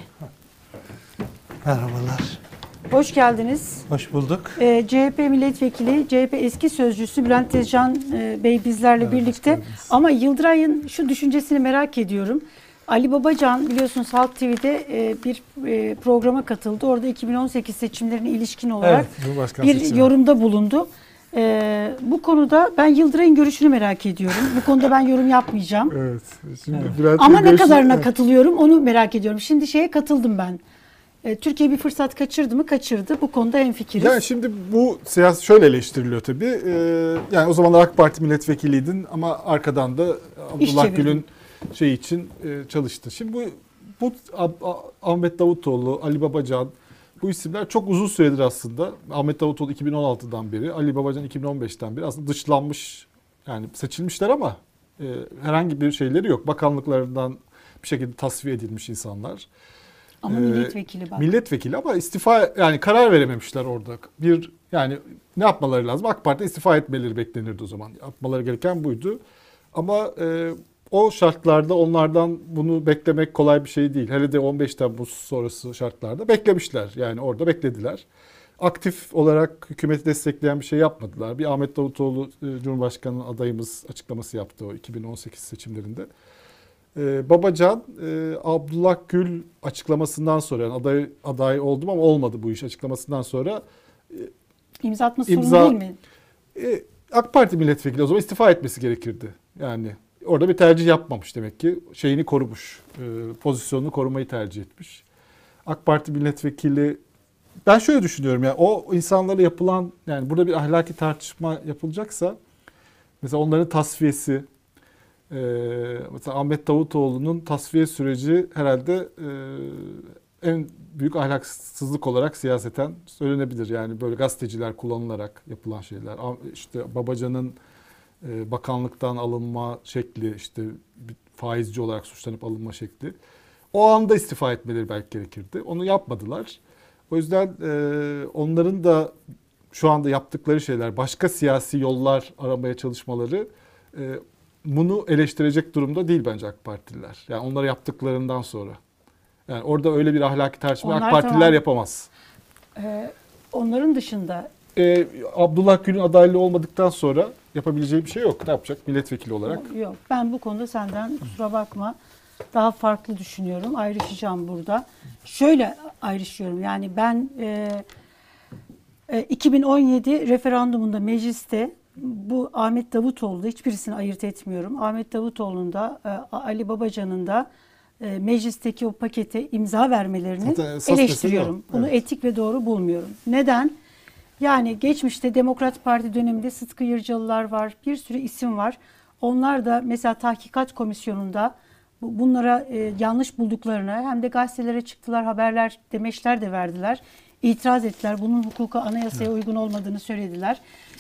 Merhabalar. Hoş geldiniz. Hoş bulduk. CHP milletvekili, CHP eski sözcüsü Bülent Tezcan Bey bizlerle Evet, hoş birlikte. geldiniz. Ama Yıldıray'ın şu düşüncesini merak ediyorum. Ali Babacan biliyorsunuz Halk TV'de bir programa katıldı. Orada 2018 seçimlerine ilişkin olarak Cumhurbaşkanı bir seçimi. yorumda bulundu. Bu konuda ben Yıldıray'ın görüşünü merak ediyorum. Bu konuda ben yorum yapmayacağım. Evet. Şimdi Bülent Ama Bey ne görüşü- kadarına Evet. katılıyorum onu merak ediyorum. Şimdi şeye katıldım ben. Türkiye bir fırsat kaçırdı mı? Kaçırdı. Bu konuda hemfikiriz. Yani şimdi bu siyaset şöyle eleştiriliyor tabii. Yani o zamanlar AK Parti milletvekiliydin ama arkadan da İş Abdullah çevirdin. Gül'ün şey için çalıştı. Şimdi bu Ahmet Davutoğlu, Ali Babacan bu isimler çok uzun süredir aslında. Ahmet Davutoğlu 2016'dan beri, Ali Babacan 2015'ten beri aslında dışlanmış, yani seçilmişler ama herhangi bir şeyleri yok. Bakanlıklarından bir şekilde tasfiye edilmiş insanlar. Ama milletvekili bak. Milletvekili ama istifa, yani karar verememişler orada. Yani ne yapmaları lazım? AK Parti istifa etmeleri beklenirdi o zaman. Yapmaları gereken buydu. Ama o şartlarda onlardan bunu beklemek kolay bir şey değil. Hele de 15 Temmuz sonrası şartlarda beklemişler. Yani orada beklediler. Aktif olarak hükümeti destekleyen bir şey yapmadılar. Bir Ahmet Davutoğlu Cumhurbaşkanı adayımız açıklaması yaptı o 2018 seçimlerinde. Babacan, Abdullah Gül açıklamasından sonra, yani aday oldum ama olmadı bu iş açıklamasından sonra İmza atması İmza- sorun değil mi? AK Parti milletvekili o zaman istifa etmesi gerekirdi. Yani orada bir tercih yapmamış demek ki. Şeyini korumuş, pozisyonunu korumayı tercih etmiş. AK Parti milletvekili, ben şöyle düşünüyorum, yani o insanlara yapılan, yani burada bir ahlaki tartışma yapılacaksa mesela onların tasfiyesi, mesela Ahmet Davutoğlu'nun tasfiye süreci herhalde en büyük ahlaksızlık olarak siyaseten söylenebilir. Yani böyle gazeteciler kullanılarak yapılan şeyler. İşte Babacan'ın bakanlıktan alınma şekli, işte bir faizci olarak suçlanıp alınma şekli. O anda istifa etmeleri belki gerekirdi. Onu yapmadılar. O yüzden onların da şu anda yaptıkları şeyler, başka siyasi yollar aramaya çalışmaları bunu eleştirecek durumda değil bence AK Partililer. Yani onları yaptıklarından sonra. Yani orada öyle bir ahlaki tartışma Onlar AK Partililer tamam. yapamaz. Onların dışında Abdullah Gül'ün adaylığı olmadıktan sonra yapabileceği bir şey yok. Ne yapacak milletvekili olarak? Yok, ben bu konuda senden kusura bakma daha farklı düşünüyorum. Ayrışacağım burada. Şöyle ayrışıyorum. Yani ben 2017 referandumunda mecliste bu Ahmet Davutoğlu'da hiçbirisini ayırt etmiyorum. Ahmet Davutoğlu'nun da Ali Babacan'ın da meclisteki o pakete imza vermelerini eleştiriyorum. Bunu etik ve doğru bulmuyorum. Neden? Yani geçmişte Demokrat Parti döneminde Sıtkı Yırcalılar var, bir sürü isim var. Onlar da mesela tahkikat komisyonunda bunlara yanlış bulduklarını hem de gazetelere çıktılar, haberler, demeçler de verdiler. İtiraz ettiler. Bunun hukuka, anayasaya uygun olmadığını söylediler.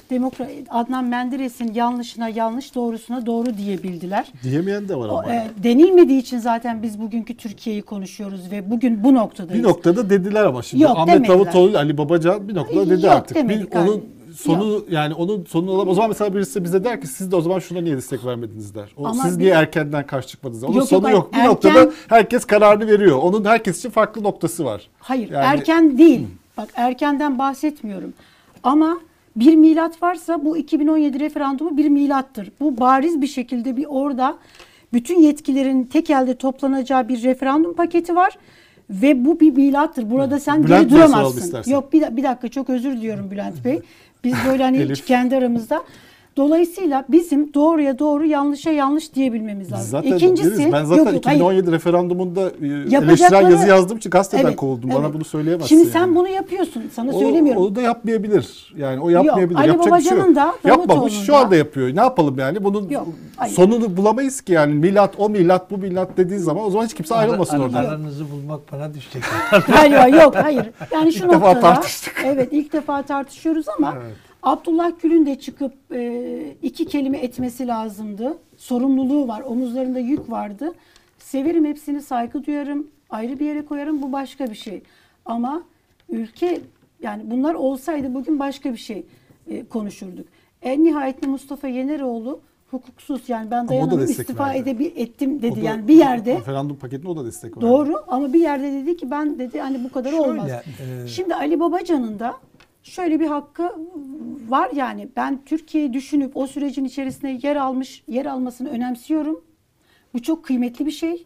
Adnan Menderes'in yanlışına yanlış, doğrusuna doğru diyebildiler. Diyemeyen de var ama. Denilmediği için zaten biz bugünkü Türkiye'yi konuşuyoruz ve bugün bu noktadayız. Bir noktada dediler ama şimdi Yok, Ahmet demediler. Davutoğlu, Ali Babacan bir noktada dedi Yok, artık. demedik Onun abi. sonu yani onun sonu olamaz. O zaman mesela birisi bize der ki siz de o zaman şuna niye destek vermediniz der. Ama siz niye erkenden karşı çıkmadınız? Onun Yok, sonu yok, yok. Bir erken- noktada herkes kararını veriyor. Onun herkes için farklı noktası var. Hayır, Yani- erken değil. Bak erkenden bahsetmiyorum. Ama bir milat varsa bu 2017 referandumu bir milattır. Bu bariz bir şekilde bir orada bütün yetkilerin tek elde toplanacağı bir referandum paketi var. Ve bu bir milattır. Burada sen Bülent geri Bey'e soralım duramazsın. istersen. Yok bir dakika çok özür diliyorum Bülent Bey. Biz böyle hani Elif. kendi aramızda. Dolayısıyla bizim doğruya doğru yanlışa yanlış diyebilmemiz lazım. Zaten İkincisi, deriz. Ben zaten yok, hayır. 2017 referandumunda Yapacakları- eleştirel yazı yazdığım için gazeteden Evet, kovuldum. evet. Bana bunu söyleyemezsin. Şimdi yani. sen bunu yapıyorsun. Sana söylemiyorum. O da yapmayabilir. Yani o yapmayabilir. Ali Yapacak bir şey Babacan'ın yok. da, Yapmamış. Davutoğlu'nun Şu da- anda yapıyor. Ne yapalım yani? Bunun Yok, hayır. sonunu bulamayız ki yani. Milat, o milat, bu milat dediğin zaman o zaman hiç kimse ayrılmasın oradan. Aranızı bulmak bana düşecek. Galiba yok hayır. Yani şu İlk defa noktada tartıştık. evet ilk defa tartışıyoruz ama Evet. Abdullah Gül'ün de çıkıp iki kelime etmesi lazımdı. Sorumluluğu var. Omuzlarında yük vardı. Severim hepsini, saygı duyarım. Ayrı bir yere koyarım. Bu başka bir şey. Ama ülke yani bunlar olsaydı bugün başka bir şey konuşurduk. En nihayetinde Mustafa Yeneroğlu hukuksuz yani ben o da dayanamam destek istifa verdi. ettim O dedi. da- Yani bir yerde referandum paketine o da destek verdi. doğru ama bir yerde dedi ki ben dedi hani bu kadar Şöyle, olmaz. Şimdi Ali Babacan'ın da şöyle bir hakkı var yani ben Türkiye'yi düşünüp o sürecin içerisinde yer almasını önemsiyorum. Bu çok kıymetli bir şey.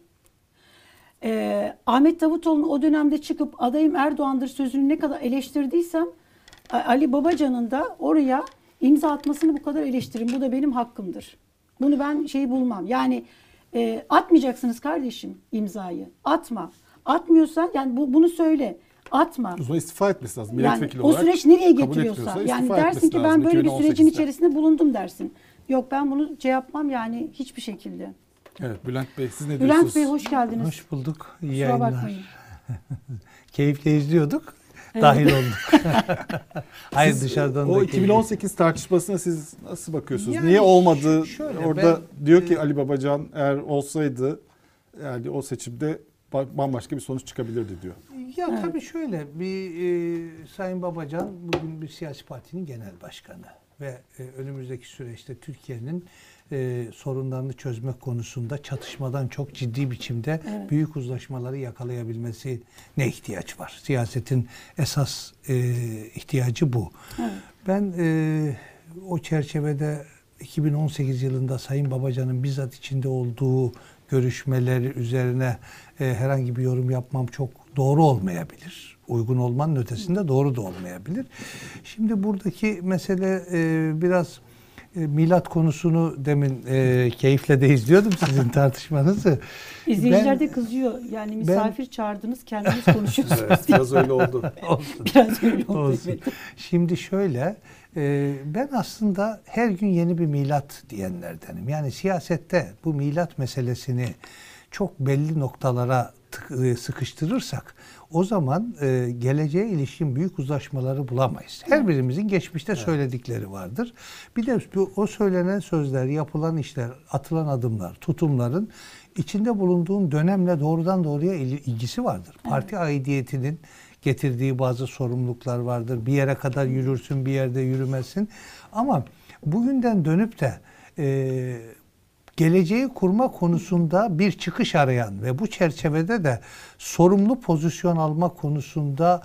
Ahmet Davutoğlu'nun o dönemde çıkıp adayım Erdoğan'dır sözünü ne kadar eleştirdiysem Ali Babacan'ın da oraya imza atmasını bu kadar eleştiririm. Bu da benim hakkımdır. Bunu ben bulmam. Yani atmayacaksınız kardeşim imzayı. Atma. Atmıyorsan yani bunu söyle. Atma. O zaman istifa etmesi lazım. Yani Milletvekili o olarak süreç nereye kabul getiriyorsa. etmiyorsa Yani istifa dersin etmesi ki ben lazım böyle bir sürecin 2018'de. içerisinde bulundum dersin. Yok ben bunu yapmam yani hiçbir şekilde. Evet Bülent Bey siz ne Bülent diyorsunuz? Bey hoş geldiniz. Hoş bulduk. İyi Kusura yayınlar. bakmayın. Keyifle izliyorduk. Dahil olduk. Hayır Siz dışarıdan o da 2018 tartışmasına siz nasıl bakıyorsunuz? Yani Niye olmadı? şöyle, Orada ben, diyor ki Ali Babacan eğer olsaydı yani o seçimde bambaşka bir sonuç çıkabilirdi diyor. Ya Evet. tabii şöyle Sayın Babacan bugün bir siyasi partinin genel başkanı ve önümüzdeki süreçte Türkiye'nin sorunlarını çözmek konusunda çatışmadan çok ciddi biçimde Evet. büyük uzlaşmaları yakalayabilmesine ihtiyaç var. Siyasetin esas ihtiyacı bu. Evet. Ben o çerçevede 2018 yılında Sayın Babacan'ın bizzat içinde olduğu görüşmeler üzerine herhangi bir yorum yapmam çok doğru olmayabilir. Uygun olmanın ötesinde doğru da olmayabilir. Şimdi buradaki mesele biraz milat konusunu demin keyifle de izliyordum sizin tartışmanızı. İzleyiciler de kızıyor. Yani misafir çağırdınız kendiniz konuşuyorsunuz. Evet, biraz öyle oldu. Olsun. Biraz öyle oldu. Olsun. Evet. Şimdi şöyle, ben aslında her gün yeni bir milat diyenlerdenim. Yani siyasette bu milat meselesini çok belli noktalara sıkıştırırsak o zaman geleceğe ilişkin büyük uzlaşmaları bulamayız. Her birimizin geçmişte söyledikleri vardır. Bir de o söylenen sözler, yapılan işler, atılan adımlar, tutumların içinde bulunduğun dönemle doğrudan doğruya ilgisi vardır. Parti aidiyetinin getirdiği bazı sorumluluklar vardır. Bir yere kadar yürürsün, bir yerde yürümezsin. Ama bugünden dönüp de geleceği kurma konusunda bir çıkış arayan ve bu çerçevede de sorumlu pozisyon alma konusunda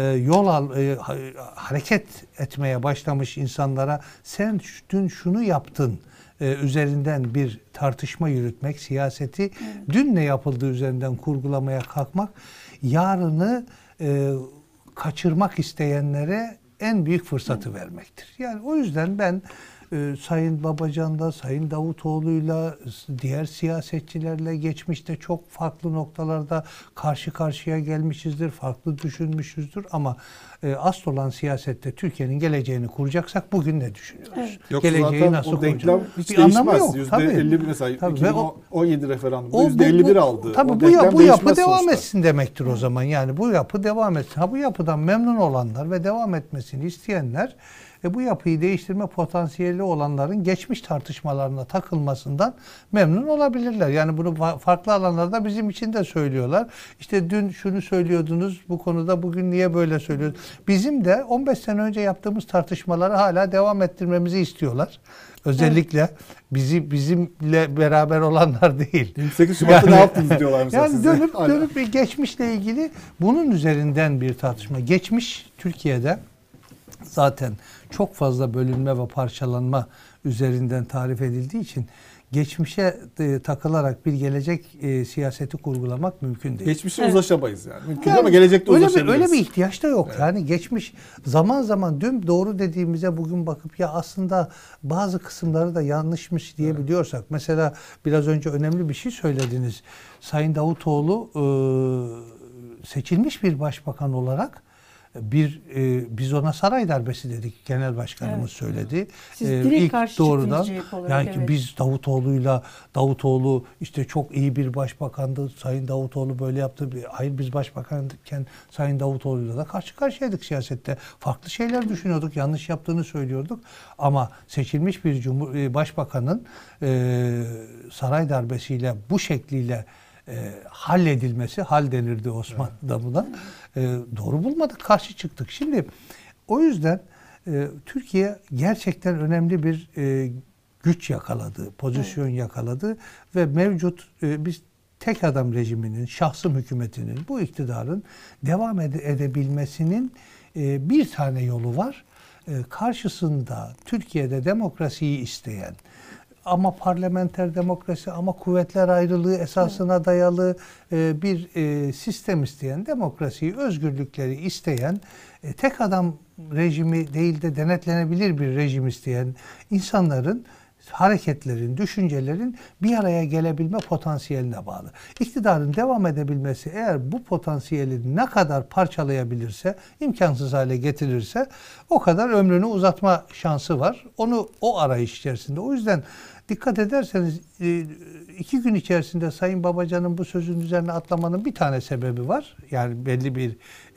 hareket etmeye başlamış insanlara sen dün şunu yaptın üzerinden bir tartışma yürütmek, siyaseti dün ne yapıldığı üzerinden kurgulamaya kalkmak, yarını kaçırmak isteyenlere en büyük fırsatı vermektir. Yani o yüzden ben Sayın Babacan'da, Sayın Davutoğlu'yla, diğer siyasetçilerle geçmişte çok farklı noktalarda karşı karşıya gelmişizdir, farklı düşünmüşüzdür ama asıl olan siyasette Türkiye'nin geleceğini kuracaksak bugün ne düşünüyoruz? Evet. Yoksa Geleceği zaten nasıl o denklem kuracağız? hiç Bir anlamı değişmez. yok. Tabii. %50 mesela Tabii. 2017 referandumda O %51 aldı. Tabii O bu yapı değişmez devam sonuçta. etsin demektir o zaman. Yani bu yapı devam etsin. Ha bu yapıdan memnun olanlar ve devam etmesini isteyenler bu yapıyı değiştirme potansiyeli olanların geçmiş tartışmalarına takılmasından memnun olabilirler. Yani bunu farklı alanlarda bizim için de söylüyorlar. İşte dün şunu söylüyordunuz bu konuda, bugün niye böyle söylüyorsunuz? Bizim de 15 sene önce yaptığımız tartışmaları hala devam ettirmemizi istiyorlar. Özellikle bizimle beraber olanlar değil. 28 Şubat'ta ne yaptınız diyorlar mesela Yani size. dönüp bir geçmişle ilgili bunun üzerinden bir tartışma. Geçmiş Türkiye'de zaten çok fazla bölünme ve parçalanma üzerinden tarif edildiği için geçmişe takılarak bir gelecek siyaseti kurgulamak mümkün değil. Geçmişe Evet. ulaşamayız yani. Mümkün değil ama gelecekte ulaşabiliriz. Öyle bir ihtiyaç da yok. Evet. Yani geçmiş zaman zaman dün doğru dediğimize bugün bakıp ya aslında bazı kısımları da yanlışmış diyebiliyorsak. Evet. Mesela biraz önce önemli bir şey söylediniz. Sayın Davutoğlu seçilmiş bir başbakan olarak biz ona saray darbesi dedik. Genel başkanımız söyledi. Siz direkt karşı doğrudan çıktınız CHP olarak. yani ki biz Davutoğlu işte çok iyi bir başbakandı. Sayın Davutoğlu böyle yaptı. Hayır, biz başbakanken Sayın Davutoğlu'yla da karşı karşıyaydık siyasette. Farklı şeyler düşünüyorduk. Yanlış yaptığını söylüyorduk. Ama seçilmiş bir başbakanın saray darbesiyle bu şekliyle halledilmesi, hal denirdi Osmanlı'da buna. Doğru bulmadık, karşı çıktık. Şimdi o yüzden Türkiye gerçekten önemli bir güç yakaladı, pozisyon yakaladı ve mevcut biz tek adam rejiminin, şahsım hükümetinin, bu iktidarın devam edebilmesinin bir tane yolu var. Karşısında Türkiye'de demokrasiyi isteyen, ama parlamenter demokrasi, ama kuvvetler ayrılığı esasına dayalı bir sistem isteyen, demokrasiyi, özgürlükleri isteyen, tek adam rejimi değil de denetlenebilir bir rejim isteyen insanların, hareketlerin, düşüncelerin bir araya gelebilme potansiyeline bağlı. İktidarın devam edebilmesi eğer bu potansiyeli ne kadar parçalayabilirse, imkansız hale getirirse o kadar ömrünü uzatma şansı var. O arayış içerisinde. O yüzden dikkat ederseniz 2 gün içerisinde Sayın Babacan'ın bu sözün üzerine atlamanın bir tane sebebi var. Yani belli bir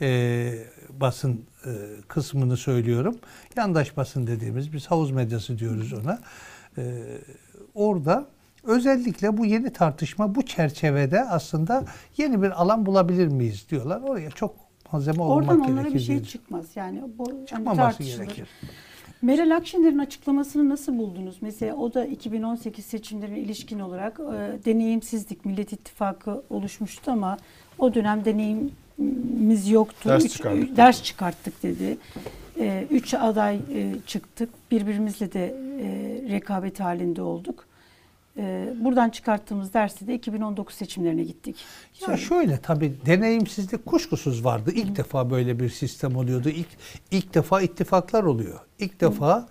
basın kısmını söylüyorum. Yandaş basın dediğimiz, biz havuz medyası diyoruz ona. Orada özellikle bu yeni tartışma bu çerçevede aslında yeni bir alan bulabilir miyiz diyorlar. Oraya çok malzeme olmak gerekir. Oradan onlara bir şey diye. çıkmaz. Yani bu Çıkmaması tartışılır. gerekir. Meral Akşener'in açıklamasını nasıl buldunuz? Mesela o da 2018 seçimlerine ilişkin olarak deneyimsizlik, Millet İttifakı oluşmuştu ama o dönem deneyimimiz yoktu. Ders çıkarttık dedi. 3 aday çıktık. Birbirimizle de rekabet halinde olduk. Buradan çıkarttığımız dersi de 2019 seçimlerine gittik. Ya şöyle, tabii deneyimsizlik kuşkusuz vardı. İlk defa böyle bir sistem oluyordu. İlk defa ittifaklar oluyor. İlk defa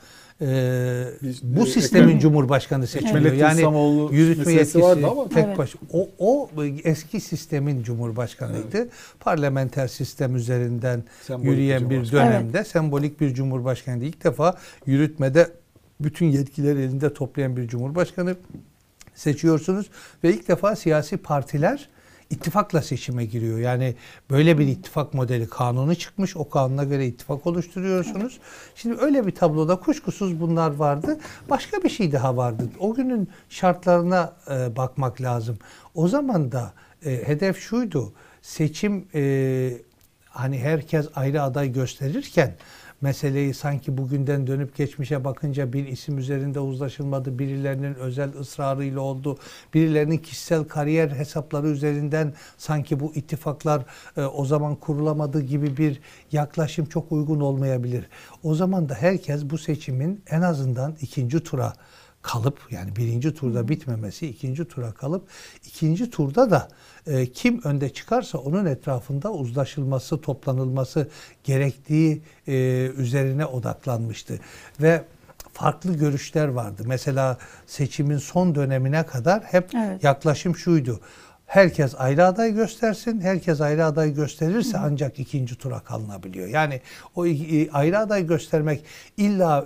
bu sistemin Cumhurbaşkanı seçiliyor. Yani yürütme yetkisi tek başına. O eski sistemin Cumhurbaşkanıydı. Parlamenter sistem üzerinden yürüyen bir dönemde sembolik bir Cumhurbaşkanıydı. İlk defa yürütmede bütün yetkileri elinde toplayan bir Cumhurbaşkanı seçiyorsunuz ve ilk defa siyasi partiler ittifakla seçime giriyor. Yani böyle bir ittifak modeli, kanunu çıkmış. O kanuna göre ittifak oluşturuyorsunuz. Şimdi öyle bir tabloda kuşkusuz bunlar vardı. Başka bir şey daha vardı. O günün şartlarına bakmak lazım. O zaman da hedef şuydu. Seçim hani herkes ayrı aday gösterirken meseleyi sanki bugünden dönüp geçmişe bakınca bir isim üzerinde uzlaşılmadı, birilerinin özel ısrarıyla oldu, birilerinin kişisel kariyer hesapları üzerinden sanki bu ittifaklar o zaman kurulamadı gibi bir yaklaşım çok uygun olmayabilir. O zaman da herkes bu seçimin en azından ikinci tura kalıp, yani birinci turda bitmemesi, ikinci tura kalıp ikinci turda da kim önde çıkarsa onun etrafında uzlaşılması, toplanılması gerektiği üzerine odaklanmıştı. Ve farklı görüşler vardı. Mesela seçimin son dönemine kadar hep yaklaşım şuydu: herkes ayrı aday göstersin. Herkes ayrı aday gösterirse ancak ikinci tura kalınabiliyor. Yani o ayrı aday göstermek illa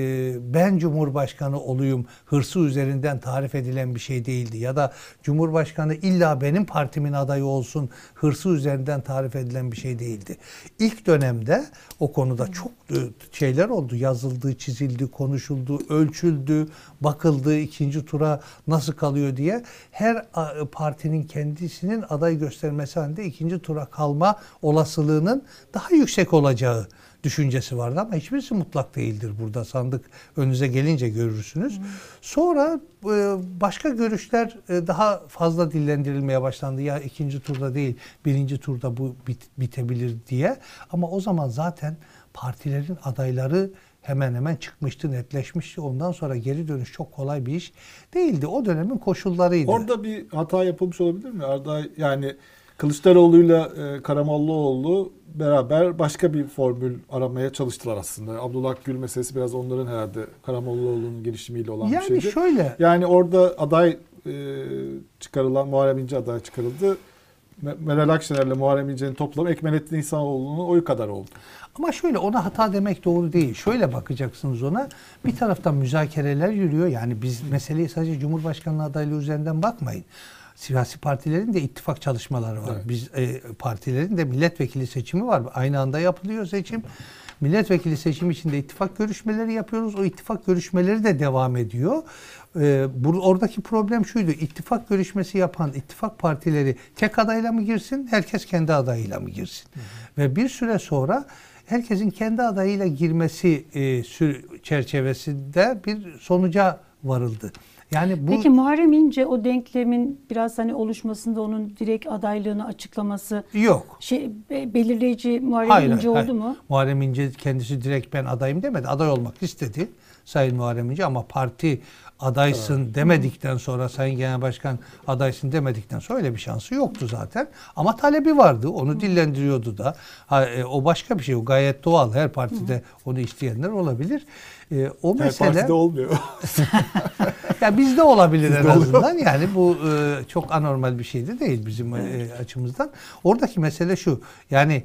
ben Cumhurbaşkanı olayım hırsı üzerinden tarif edilen bir şey değildi. Ya da Cumhurbaşkanı illa benim partimin adayı olsun hırsı üzerinden tarif edilen bir şey değildi. İlk dönemde o konuda çok şeyler oldu. Yazıldı, çizildi, konuşuldu, ölçüldü, bakıldı ikinci tura nasıl kalıyor diye. Her partinin kendisinin aday göstermesi halinde ikinci tura kalma olasılığının daha yüksek olacağı düşüncesi vardı ama hiçbirisi mutlak değildir burada. Sandık önünüze gelince görürsünüz. Sonra başka görüşler daha fazla dillendirilmeye başlandı. Ya ikinci turda değil, birinci turda bu bitebilir diye. Ama o zaman zaten partilerin adayları hemen hemen çıkmıştı, netleşmişti. Ondan sonra geri dönüş çok kolay bir iş değildi. O dönemin koşullarıydı. Orada bir hata yapılmış olabilir mi? Yani Kılıçdaroğlu'yla Karamollaoğlu beraber başka bir formül aramaya çalıştılar aslında. Abdullah Gül meselesi biraz onların herhalde Karamollaoğlu'nun girişimiyle olan bir şeydi. Yani şöyle. Yani orada aday çıkarılan Muharrem İnce aday çıkarıldı. Meral Akşener'le Muharrem İnce'nin toplamı Ekmelettin İhsanoğlu'nun oyu kadar oldu. Ama şöyle, ona hata demek doğru değil. Şöyle bakacaksınız ona. Bir taraftan müzakereler yürüyor. Yani biz meseleyi sadece Cumhurbaşkanlığı adaylığı üzerinden bakmayın. Siyasi partilerin de ittifak çalışmaları var. Evet. Biz partilerin de milletvekili seçimi var. Aynı anda yapılıyor seçim. Milletvekili seçimi için de ittifak görüşmeleri yapıyoruz. O ittifak görüşmeleri de devam ediyor. Oradaki problem şuydu: ittifak görüşmesi yapan ittifak partileri tek adayla mı girsin, herkes kendi adayıyla mı girsin? Ve bir süre sonra herkesin kendi adayıyla girmesi çerçevesinde bir sonuca varıldı. Yani bu... Peki Muharrem İnce o denklemin biraz hani oluşmasında onun direkt adaylığını açıklaması yok. Belirleyici Muharrem İnce oldu mu? Muharrem İnce kendisi direkt ben adayım demedi. Aday olmak istedi Sayın Muharrem İnce ama parti adaysın demedikten sonra, Sayın Genel Başkan adaysın demedikten sonra öyle bir şansı yoktu zaten. Ama talebi vardı. Onu dillendiriyordu da. O başka bir şey. O gayet doğal. Her partide onu isteyenler olabilir. O mesele... Her partide olmuyor. Ya bizde olabilir en azından. Yani bu çok anormal bir şey de değil bizim açımızdan. Oradaki mesele şu: yani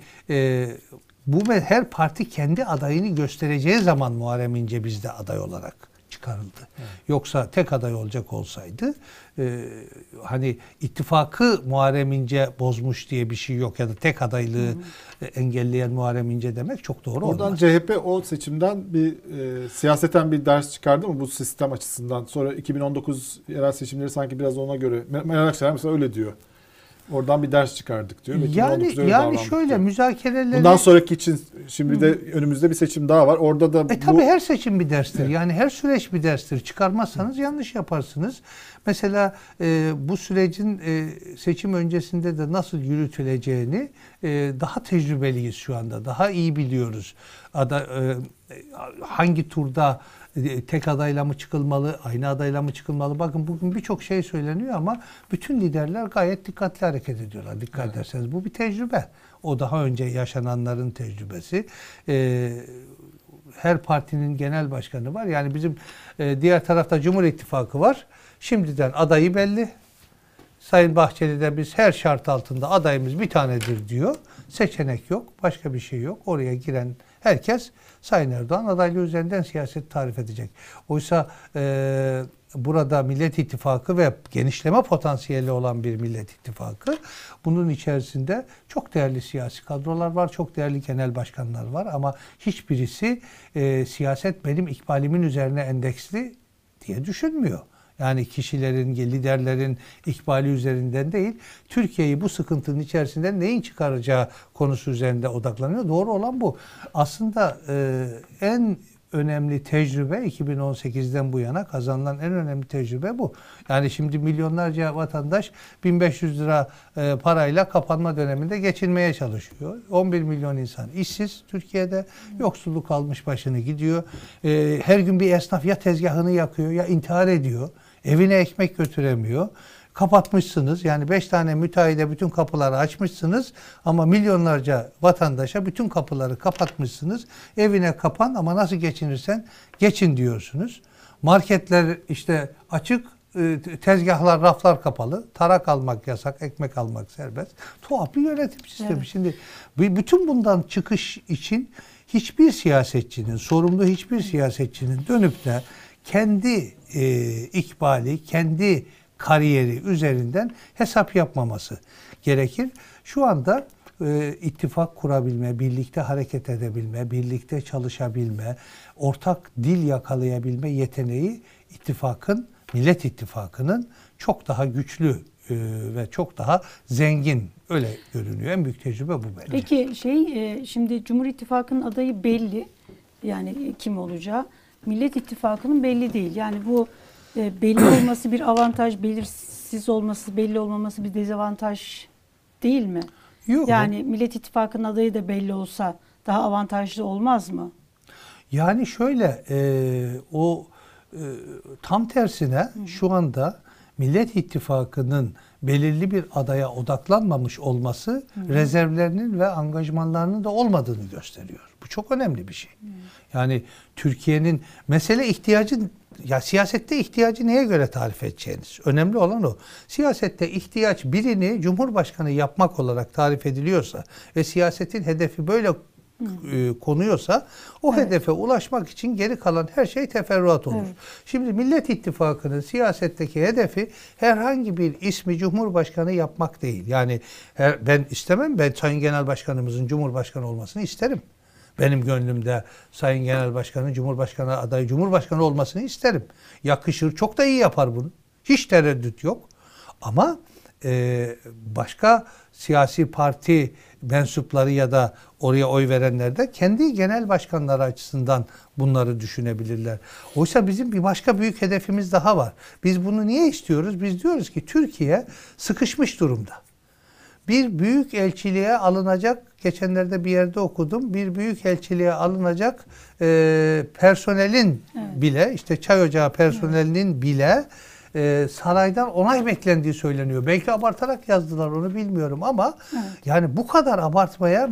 her parti kendi adayını göstereceği zaman Muharrem İnce bizde aday olarak çıkarıldı. Evet. Yoksa tek aday olacak olsaydı hani ittifakı Muharrem İnce bozmuş diye bir şey yok ya da tek adaylığı engelleyen Muharrem İnce demek çok doğru olmaz. Oradan CHP o seçimden bir siyaseten bir ders çıkardı mı bu sistem açısından? Sonra 2019 yerel seçimleri sanki biraz ona göre. Meral Akşener mesela öyle diyor. Oradan bir ders çıkardık diyor. Yani şöyle diyor. Müzakereleri... Bundan sonraki için şimdi de önümüzde bir seçim daha var. Orada da tabii her seçim bir derstir. Evet. Yani her süreç bir derstir. Çıkarmazsanız yanlış yaparsınız. Mesela bu sürecin seçim öncesinde de nasıl yürütüleceğini daha tecrübeliyiz şu anda. Daha iyi biliyoruz. Hangi turda tek adayla mı çıkılmalı, aynı adayla mı çıkılmalı? Bakın bugün birçok şey söyleniyor ama bütün liderler gayet dikkatli hareket ediyorlar. Dikkat ederseniz bu bir tecrübe. O daha önce yaşananların tecrübesi. Her partinin genel başkanı var. Yani bizim diğer tarafta Cumhur İttifakı var. Şimdiden adayı belli. Sayın Bahçeli de biz her şart altında adayımız bir tanedir diyor. Seçenek yok, başka bir şey yok. Oraya giren herkes Sayın Erdoğan adaylığı üzerinden siyaset tarif edecek. Oysa burada Millet İttifakı ve genişleme potansiyeli olan bir Millet İttifakı, bunun içerisinde çok değerli siyasi kadrolar var, çok değerli genel başkanlar var ama hiçbirisi siyaset benim ikbalimin üzerine endeksli diye düşünmüyor. Yani kişilerin, liderlerin ikbali üzerinden değil, Türkiye'yi bu sıkıntının içerisinden neyin çıkaracağı konusu üzerinde odaklanıyor. Doğru olan bu. Aslında en önemli tecrübe 2018'den bu yana kazanılan en önemli tecrübe bu. Yani şimdi milyonlarca vatandaş 1500 lira parayla kapanma döneminde geçinmeye çalışıyor. 11 milyon insan işsiz Türkiye'de, yoksulluk almış başını gidiyor. Her gün bir esnaf ya tezgahını yakıyor ya intihar ediyor. Evine ekmek götüremiyor. Kapatmışsınız. Yani 5 tane müteahhide bütün kapıları açmışsınız ama milyonlarca vatandaşa bütün kapıları kapatmışsınız. Evine kapan ama nasıl geçinirsen geçin diyorsunuz. Marketler işte açık, tezgahlar, raflar kapalı. Tarak almak yasak, ekmek almak serbest. Tuhaf bir yönetim sistemi. Evet. Şimdi bütün bundan çıkış için hiçbir siyasetçinin, sorumlu hiçbir siyasetçinin dönüp de kendi ikbali, kendi kariyeri üzerinden hesap yapmaması gerekir. Şu anda ittifak kurabilme, birlikte hareket edebilme, birlikte çalışabilme, ortak dil yakalayabilme yeteneği Millet İttifakı'nın çok daha güçlü ve çok daha zengin, öyle görünüyor. En büyük tecrübe bu bence. Peki şimdi Cumhur İttifakı'nın adayı belli. Yani kim olacağı. Millet İttifakı'nın belli değil. Yani bu belli olması bir avantaj, belirsiz olması, belli olmaması bir dezavantaj değil mi? Yok. Yani Millet İttifakı'nın adayı da belli olsa daha avantajlı olmaz mı? Yani şöyle tam tersine şu anda Millet İttifakı'nın belirli bir adaya odaklanmamış olması rezervlerinin ve angajmanlarının da olmadığını gösteriyor. Bu çok önemli bir şey. Yani Türkiye'nin siyasette ihtiyacı neye göre tarif edeceğiniz? Önemli olan o. Siyasette ihtiyaç birini Cumhurbaşkanı yapmak olarak tarif ediliyorsa ve siyasetin hedefi böyle konuyorsa o hedefe ulaşmak için geri kalan her şey teferruat olur. Evet. Şimdi Millet İttifakı'nın siyasetteki hedefi herhangi bir ismi Cumhurbaşkanı yapmak değil. Yani ben istemem, ben Sayın Genel Başkanımızın Cumhurbaşkanı olmasını isterim. Benim gönlümde Sayın Genel Başkanı, Cumhurbaşkanı adayı, Cumhurbaşkanı olmasını isterim. Yakışır, çok da iyi yapar bunu. Hiç tereddüt yok. Ama başka siyasi parti mensupları ya da oraya oy verenler de kendi genel başkanları açısından bunları düşünebilirler. Oysa bizim bir başka büyük hedefimiz daha var. Biz bunu niye istiyoruz? Biz diyoruz ki Türkiye sıkışmış durumda. Bir büyük elçiliğe alınacak, geçenlerde bir yerde okudum, bir büyük elçiliğe alınacak personelin bile, işte çay ocağı personelinin bile saraydan onay beklendiği söyleniyor. Belki abartarak yazdılar, onu bilmiyorum ama yani bu kadar abartmaya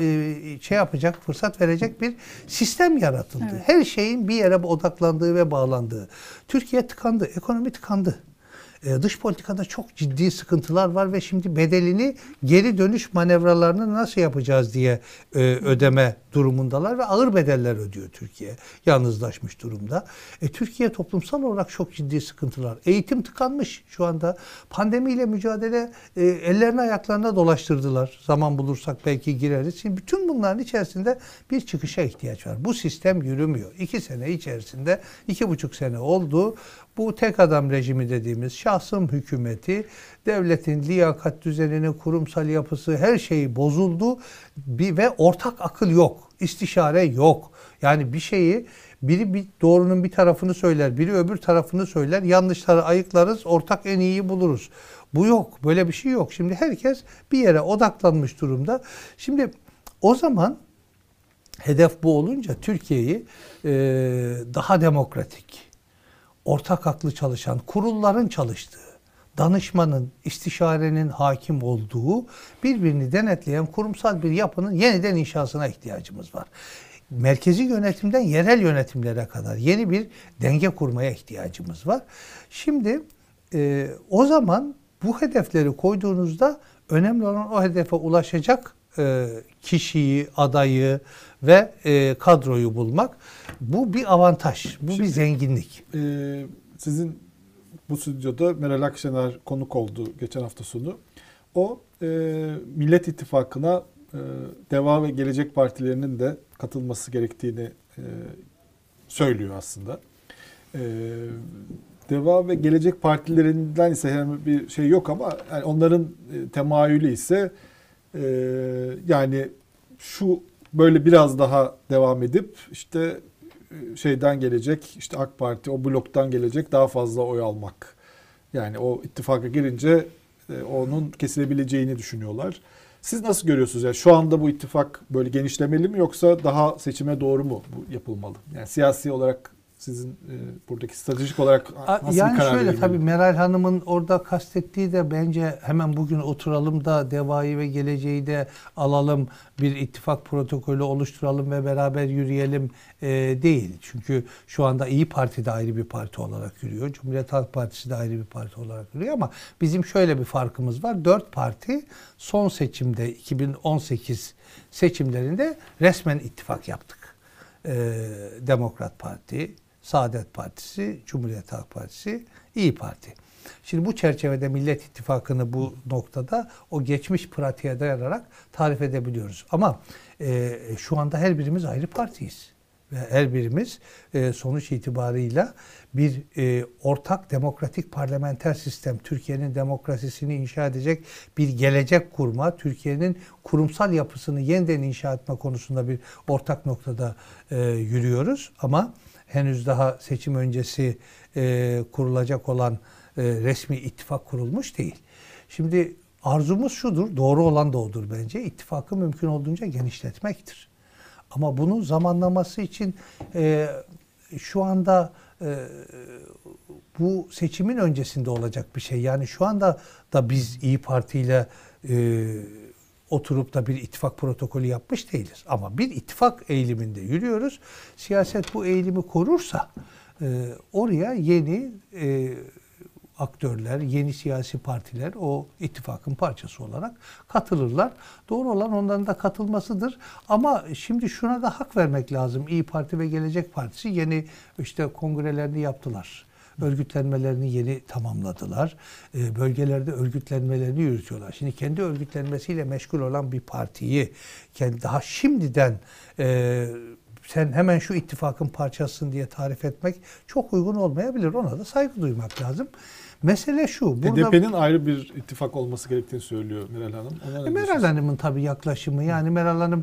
fırsat verecek bir sistem yaratıldı. Evet. Her şeyin bir yere odaklandığı ve bağlandığı. Türkiye tıkandı, ekonomi tıkandı. Dış politikada çok ciddi sıkıntılar var ve şimdi bedelini geri dönüş manevralarını nasıl yapacağız diye ödeme durumundalar ve ağır bedeller ödüyor Türkiye. Yalnızlaşmış durumda. Türkiye toplumsal olarak çok ciddi sıkıntılar. Eğitim tıkanmış şu anda. Pandemiyle mücadele ellerini ayaklarına dolaştırdılar. Zaman bulursak belki gireriz. Şimdi bütün bunların içerisinde bir çıkışa ihtiyaç var. Bu sistem yürümüyor. 2 sene içerisinde, 2,5 sene oldu. Bu tek adam rejimi dediğimiz şahsım hükümeti, devletin liyakat düzenini, kurumsal yapısı, her şeyi bozuldu ve ortak akıl yok, istişare yok. Yani bir şeyi biri doğrunun bir tarafını söyler, biri öbür tarafını söyler, yanlışları ayıklarız, ortak en iyiyi buluruz. Bu yok, böyle bir şey yok. Şimdi herkes bir yere odaklanmış durumda. Şimdi o zaman hedef bu olunca Türkiye'yi daha demokratik, ortak aklı çalışan, kurulların çalıştığı, danışmanın, istişarenin hakim olduğu, birbirini denetleyen kurumsal bir yapının yeniden inşasına ihtiyacımız var. Merkezi yönetimden yerel yönetimlere kadar yeni bir denge kurmaya ihtiyacımız var. Şimdi o zaman bu hedefleri koyduğunuzda önemli olan o hedefe ulaşacak kişiyi, adayı ve kadroyu bulmak. Bu bir avantaj, bu bir zenginlik. Sizin bu stüdyoda Meral Akşener konuk oldu geçen hafta sonu. O Millet İttifakı'na Deva ve Gelecek Partilerinin de katılması gerektiğini söylüyor aslında. Deva ve Gelecek Partilerinden ise herhangi bir şey yok ama yani onların temayülü ise yani şu böyle biraz daha devam edip işte şeyden gelecek, işte AK Parti o bloktan gelecek daha fazla oy almak. Yani o ittifaka girince onun kesilebileceğini düşünüyorlar. Siz nasıl görüyorsunuz? Yani şu anda bu ittifak böyle genişlemeli mi yoksa daha seçime doğru mu bu yapılmalı? Yani siyasi olarak sizin buradaki stratejik olarak nasıl yani bir karar şöyle verilmeli? tabii Meral Hanım'ın orada kastettiği de bence hemen bugün oturalım da Deva'yı ve Geleceği de alalım, bir ittifak protokolü oluşturalım ve beraber yürüyelim değil. Çünkü şu anda İyi Parti de ayrı bir parti olarak yürüyor. Cumhuriyet Halk Partisi de ayrı bir parti olarak yürüyor ama bizim şöyle bir farkımız var. 4 parti son seçimde 2018 seçimlerinde resmen ittifak yaptık. Demokrat Parti, Saadet Partisi, Cumhuriyet Halk Partisi, İyi Parti. Şimdi bu çerçevede Millet İttifakı'nı bu noktada o geçmiş pratiğe dayanarak tarif edebiliyoruz. Ama şu anda her birimiz ayrı partiyiz. Ve her birimiz sonuç itibarıyla bir ortak demokratik parlamenter sistem, Türkiye'nin demokrasisini inşa edecek bir gelecek kurma, Türkiye'nin kurumsal yapısını yeniden inşa etme konusunda bir ortak noktada yürüyoruz. Ama henüz daha seçim öncesi kurulacak olan resmi ittifak kurulmuş değil. Şimdi arzumuz şudur, doğru olan da odur bence, ittifakı mümkün olduğunca genişletmektir. Ama bunun zamanlaması için şu anda bu seçimin öncesinde olacak bir şey. Yani şu anda da biz İyi Parti ile oturup da bir ittifak protokolü yapmış değiliz. Ama bir ittifak eğiliminde yürüyoruz. Siyaset bu eğilimi korursa oraya yeni aktörler, yeni siyasi partiler o ittifakın parçası olarak katılırlar. Doğru olan onların da katılmasıdır. Ama şimdi şuna da hak vermek lazım. İyi Parti ve Gelecek Partisi yeni işte kongrelerini yaptılar. Örgütlenmelerini yeni tamamladılar. Bölgelerde örgütlenmelerini yürütüyorlar. Şimdi kendi örgütlenmesiyle meşgul olan bir partiyi daha şimdiden sen hemen şu ittifakın parçasısın diye tarif etmek çok uygun olmayabilir. Ona da saygı duymak lazım. Mesele şu. HDP'nin ayrı bir ittifak olması gerektiğini söylüyor Meral Hanım. Meral Hanım'ın tabii yaklaşımı. Yani Meral Hanım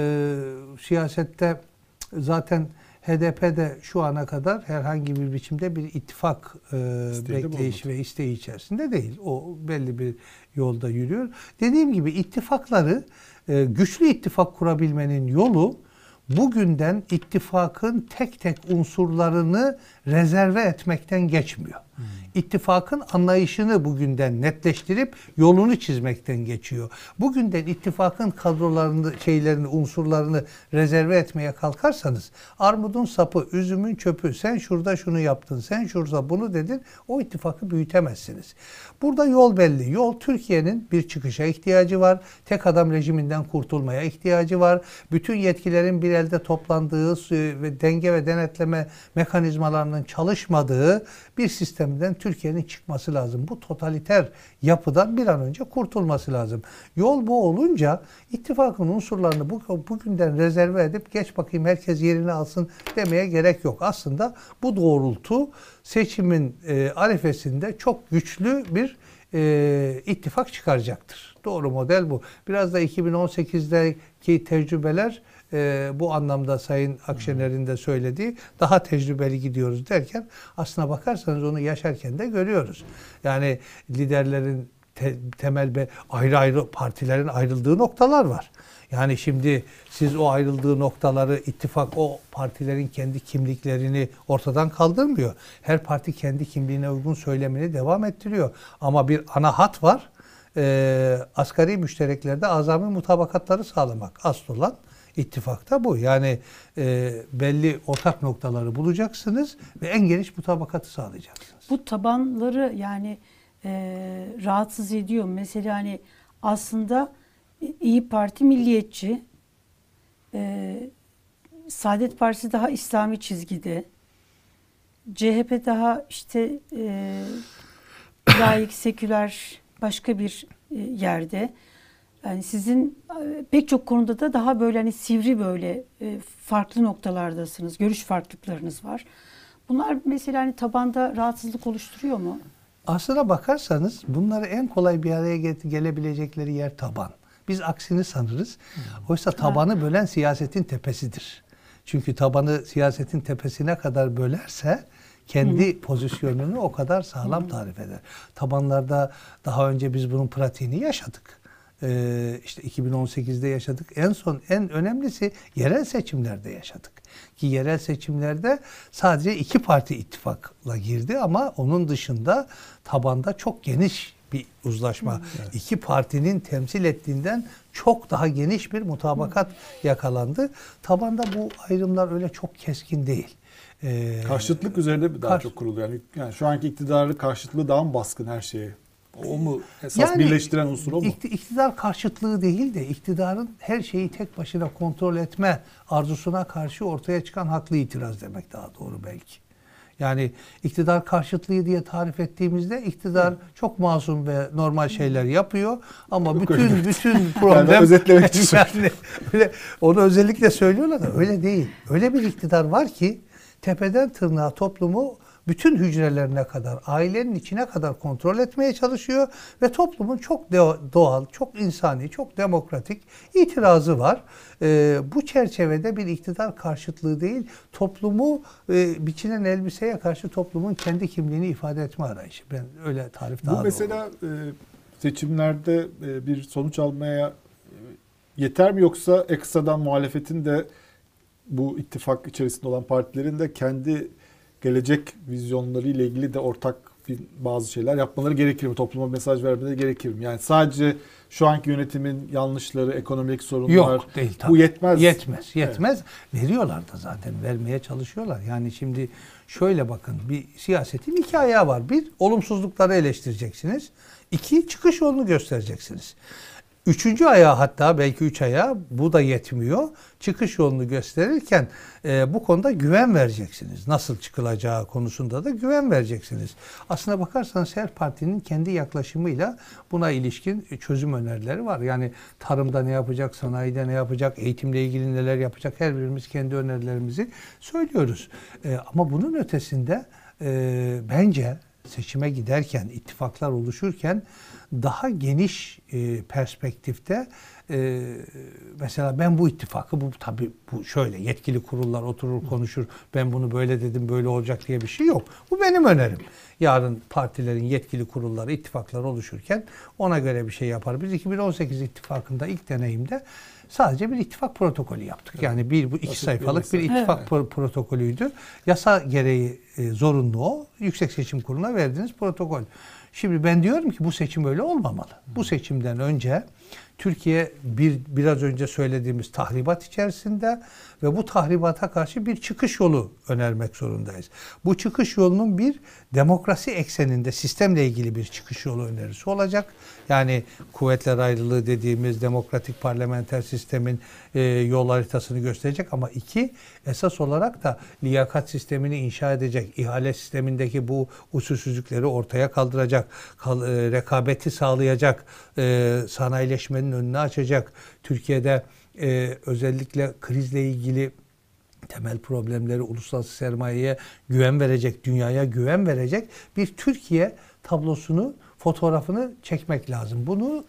siyasette zaten HDP'de şu ana kadar herhangi bir biçimde bir ittifak bekleyişi ve isteği içerisinde değil. O belli bir yolda yürüyor. Dediğim gibi ittifakları, güçlü ittifak kurabilmenin yolu bugünden ittifakın tek tek unsurlarını rezerve etmekten geçmiyor. İttifakın anlayışını bugünden netleştirip yolunu çizmekten geçiyor. Bugünden ittifakın kadrolarını, unsurlarını rezerve etmeye kalkarsanız armudun sapı, üzümün çöpü, sen şurada şunu yaptın, sen şurada bunu dedin, o ittifakı büyütemezsiniz. Burada yol belli. Yol Türkiye'nin bir çıkışa ihtiyacı var. Tek adam rejiminden kurtulmaya ihtiyacı var. Bütün yetkilerin bir elde toplandığı ve denge ve denetleme mekanizmalarının çalışmadığı bir sistemden Türkiye'nin çıkması lazım. Bu totaliter yapıdan bir an önce kurtulması lazım. Yol bu olunca ittifakın unsurlarını bugünden rezerve edip geç bakayım herkes yerini alsın demeye gerek yok. Aslında bu doğrultu seçimin arifesinde çok güçlü bir ittifak çıkaracaktır. Doğru model bu. Biraz da 2018'deki tecrübeler bu anlamda Sayın Akşener'in de söylediği daha tecrübeli gidiyoruz derken aslına bakarsanız onu yaşarken de görüyoruz. Yani liderlerin temel ayrı ayrı partilerin ayrıldığı noktalar var. Yani şimdi siz o ayrıldığı noktaları ittifak o partilerin kendi kimliklerini ortadan kaldırmıyor. Her parti kendi kimliğine uygun söylemini devam ettiriyor. Ama bir ana hat var. Asgari müştereklerde azami mutabakatları sağlamak. Asıl olan ittifakta bu. Yani belli ortak noktaları bulacaksınız ve en geniş mutabakatı sağlayacaksınız. Bu tabanları yani rahatsız ediyor. Mesela hani aslında İyi Parti milliyetçi, Saadet Partisi daha İslami çizgide, CHP daha işte laik, seküler başka bir yerde. Yani sizin pek çok konuda da daha böyle hani sivri böyle farklı noktalardasınız. Görüş farklılıklarınız var. Bunlar mesela hani tabanda rahatsızlık oluşturuyor mu? Aslına bakarsanız bunları en kolay bir araya gelebilecekleri yer taban. Biz aksini sanırız. Oysa tabanı bölen siyasetin tepesidir. Çünkü tabanı siyasetin tepesine kadar bölerse kendi pozisyonunu o kadar sağlam tarif eder. Tabanlarda daha önce biz bunun pratiğini yaşadık. İşte 2018'de yaşadık. En son en önemlisi yerel seçimlerde yaşadık. Ki yerel seçimlerde sadece 2 parti ittifakla girdi ama onun dışında tabanda çok geniş bir uzlaşma. Evet. 2 partinin temsil ettiğinden çok daha geniş bir mutabakat yakalandı. Tabanda bu ayrımlar öyle çok keskin değil. Karşıtlık üzerinde daha çok kurulu. Yani şu anki iktidarı karşıtlığı daha mı baskın her şeye? O mu esas birleştiren unsur o mu? İktidar karşıtlığı değil de iktidarın her şeyi tek başına kontrol etme arzusuna karşı ortaya çıkan haklı itiraz demek daha doğru belki. Yani iktidar karşıtlığı diye tarif ettiğimizde iktidar çok masum ve normal şeyler yapıyor ama bütün problem yani özetlemek için yani öyle, onu özellikle söylüyorlar da öyle değil. Öyle bir iktidar var ki tepeden tırnağa toplumu bütün hücrelerine kadar, ailenin içine kadar kontrol etmeye çalışıyor ve toplumun çok doğal, çok insani, çok demokratik itirazı var. Bu çerçevede bir iktidar karşıtlığı değil, toplumu biçilen elbiseye karşı toplumun kendi kimliğini ifade etme arayışı. Ben öyle tarif daha doğru. Bu mesela seçimlerde bir sonuç almaya yeter mi, yoksa ekstradan muhalefetin de bu ittifak içerisinde olan partilerin de kendi gelecek vizyonları ile ilgili de ortak bazı şeyler yapmaları gerekir mi? Topluma mesaj vermeleri gerekir mi? Yani sadece şu anki yönetimin yanlışları, ekonomik sorunlar, yok değil tabii. Bu yetmez. Yetmez. Evet. Veriyorlar da zaten. Vermeye çalışıyorlar. Yani şimdi şöyle bakın. Bir siyasetin 2 ayağı var. 1, olumsuzlukları eleştireceksiniz. 2, çıkış yolunu göstereceksiniz. 3. ayağı, hatta belki 3 ayağı, bu da yetmiyor. Çıkış yolunu gösterirken bu konuda güven vereceksiniz. Nasıl çıkılacağı konusunda da güven vereceksiniz. Aslına bakarsanız her partinin kendi yaklaşımıyla buna ilişkin çözüm önerileri var. Yani tarımda ne yapacak, sanayide ne yapacak, eğitimle ilgili neler yapacak, her birimiz kendi önerilerimizi söylüyoruz. Ama bunun ötesinde bence seçime giderken, ittifaklar oluşurken daha geniş perspektifte mesela ben bu ittifakı, bu tabii bu şöyle yetkili kurullar oturur konuşur, ben bunu böyle dedim böyle olacak diye bir şey yok. Bu benim önerim. Yarın partilerin yetkili kurulları, ittifaklar oluşurken ona göre bir şey yapar. Biz 2018 ittifakında ilk deneyimde sadece bir ittifak protokolü yaptık. Evet. Yani bu 2 sayfalık bir ittifak protokolüydü. Yasa gereği zorunlu o. Yüksek Seçim Kurulu'na verdiğiniz protokol. Şimdi ben diyorum ki bu seçim öyle olmamalı. Bu seçimden önce Türkiye biraz önce söylediğimiz tahribat içerisinde ve bu tahribata karşı bir çıkış yolu önermek zorundayız. Bu çıkış yolunun bir demokrasi ekseninde sistemle ilgili bir çıkış yolu önerisi olacak. Yani kuvvetler ayrılığı dediğimiz demokratik parlamenter sistemin yol haritasını gösterecek ama 2, esas olarak da liyakat sistemini inşa edecek, ihale sistemindeki bu usulsüzlükleri ortaya kaldıracak, rekabeti sağlayacak, sanayileşmenin önünü açacak, Türkiye'de özellikle krizle ilgili temel problemleri, uluslararası sermayeye güven verecek, dünyaya güven verecek bir Türkiye tablosunu, fotoğrafını çekmek lazım.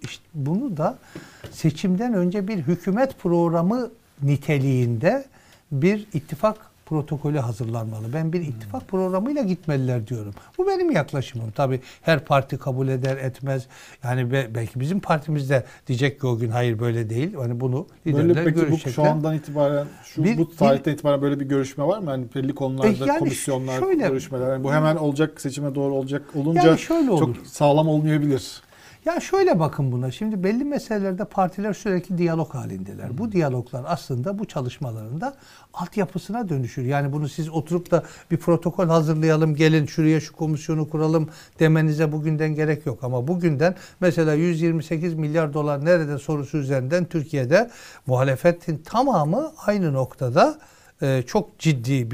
Bunu da seçimden önce bir hükümet programı niteliğinde bir ittifak protokolü hazırlanmalı. Ben bir ittifak programıyla gitmeliler diyorum. Bu benim yaklaşımım. Tabii her parti kabul eder etmez. Yani belki bizim partimiz de diyecek ki o gün hayır böyle değil. Hani bunu liderler görüşecekler. Şu andan itibaren, bu tarihten itibaren böyle bir görüşme var mı? Yani belli konularda yani komisyonlar, görüşmeler. Yani bu hemen olacak, seçime doğru olunca yani çok sağlam olmayabilir. Ya şöyle bakın buna. Şimdi belli meselelerde partiler sürekli diyalog halindeler. Bu diyaloglar aslında bu çalışmalarında altyapısına dönüşür. Yani bunu siz oturup da bir protokol hazırlayalım, gelin şuraya şu komisyonu kuralım demenize bugünden gerek yok. Ama bugünden mesela 128 milyar dolar nerede sorusu üzerinden Türkiye'de muhalefetin tamamı aynı noktada çok ciddi bir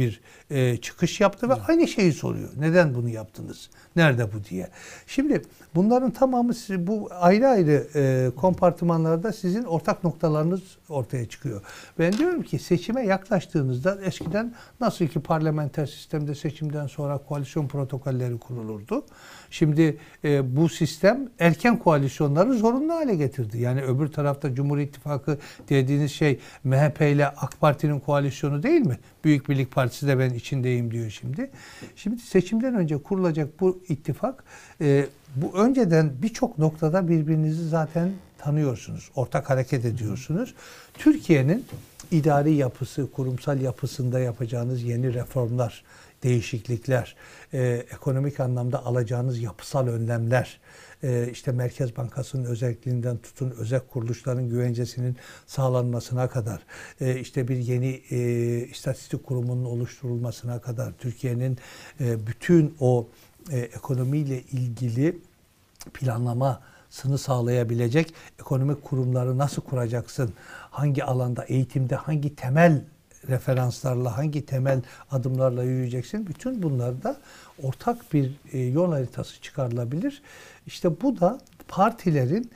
çıkış yaptı ve aynı şeyi soruyor. Neden bunu yaptınız? Nerede bu diye. Şimdi bunların tamamı bu ayrı ayrı kompartımanlarda sizin ortak noktalarınız ortaya çıkıyor. Ben diyorum ki seçime yaklaştığınızda eskiden nasıl ki parlamenter sistemde seçimden sonra koalisyon protokolleri kurulurdu. Şimdi bu sistem erken koalisyonları zorunlu hale getirdi. Yani öbür tarafta Cumhur İttifakı dediğiniz şey MHP ile AK Parti'nin koalisyonu değil mi? Büyük Birlik Partisi de ben içindeyim diyor şimdi. Şimdi seçimden önce kurulacak bu ittifak, bu önceden birçok noktada birbirinizi zaten tanıyorsunuz. Ortak hareket ediyorsunuz. Türkiye'nin idari yapısı, kurumsal yapısında yapacağınız yeni reformlar, değişiklikler, ekonomik anlamda alacağınız yapısal önlemler, işte Merkez Bankası'nın özelliğinden tutun özel kuruluşların güvencesinin sağlanmasına kadar, işte bir yeni istatistik kurumunun oluşturulmasına kadar, Türkiye'nin bütün o ekonomiyle ilgili planlamasını sağlayabilecek ekonomik kurumları nasıl kuracaksın, hangi alanda, eğitimde hangi temel referanslarla, hangi temel adımlarla yürüyeceksin? Bütün bunlarda ortak bir yol haritası çıkarılabilir. İşte bu da partilerin,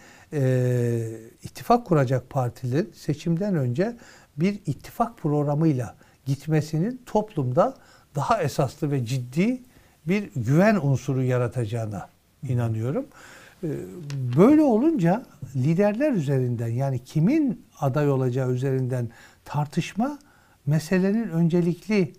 ittifak kuracak partilerin seçimden önce bir ittifak programıyla gitmesinin toplumda daha esaslı ve ciddi bir güven unsuru yaratacağına inanıyorum. Böyle olunca liderler üzerinden, yani kimin aday olacağı üzerinden tartışma meselenin öncelikli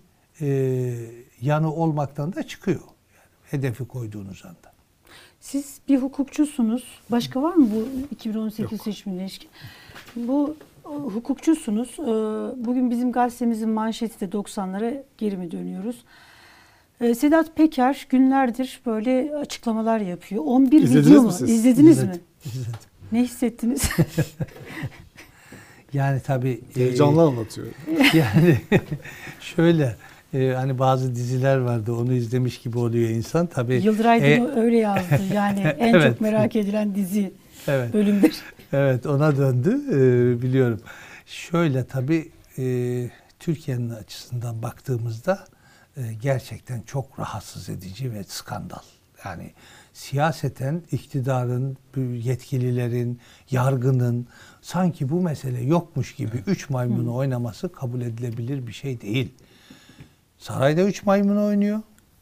yanı olmaktan da çıkıyor. Yani hedefi koyduğunuz anda. Siz bir hukukçusunuz. Başka var mı bu 2018 seçimine ilişkin? Bu hukukçusunuz. Bugün bizim gazetemizin manşeti de 90'lara geri mi dönüyoruz? Sedat Peker günlerdir böyle açıklamalar yapıyor. 11 İzlediniz video mi mu? siz? İzlediniz mi? İzledim. Ne hissettiniz? Yani tabii Heyecanlı anlatıyor. yani şöyle hani bazı diziler vardı, onu izlemiş gibi oluyor insan tabii. Yıldıray Dino öyle yazdı. Yani en Evet. çok merak edilen dizi Evet. bölümdür. Evet, ona döndü biliyorum. Şöyle tabii Türkiye'nin açısından baktığımızda gerçekten çok rahatsız edici ve skandal. Yani siyaseten iktidarın, yetkililerin, yargının sanki bu mesele yokmuş gibi üç maymunu oynaması kabul edilebilir bir şey değil. Sarayda üç maymun oynuyor.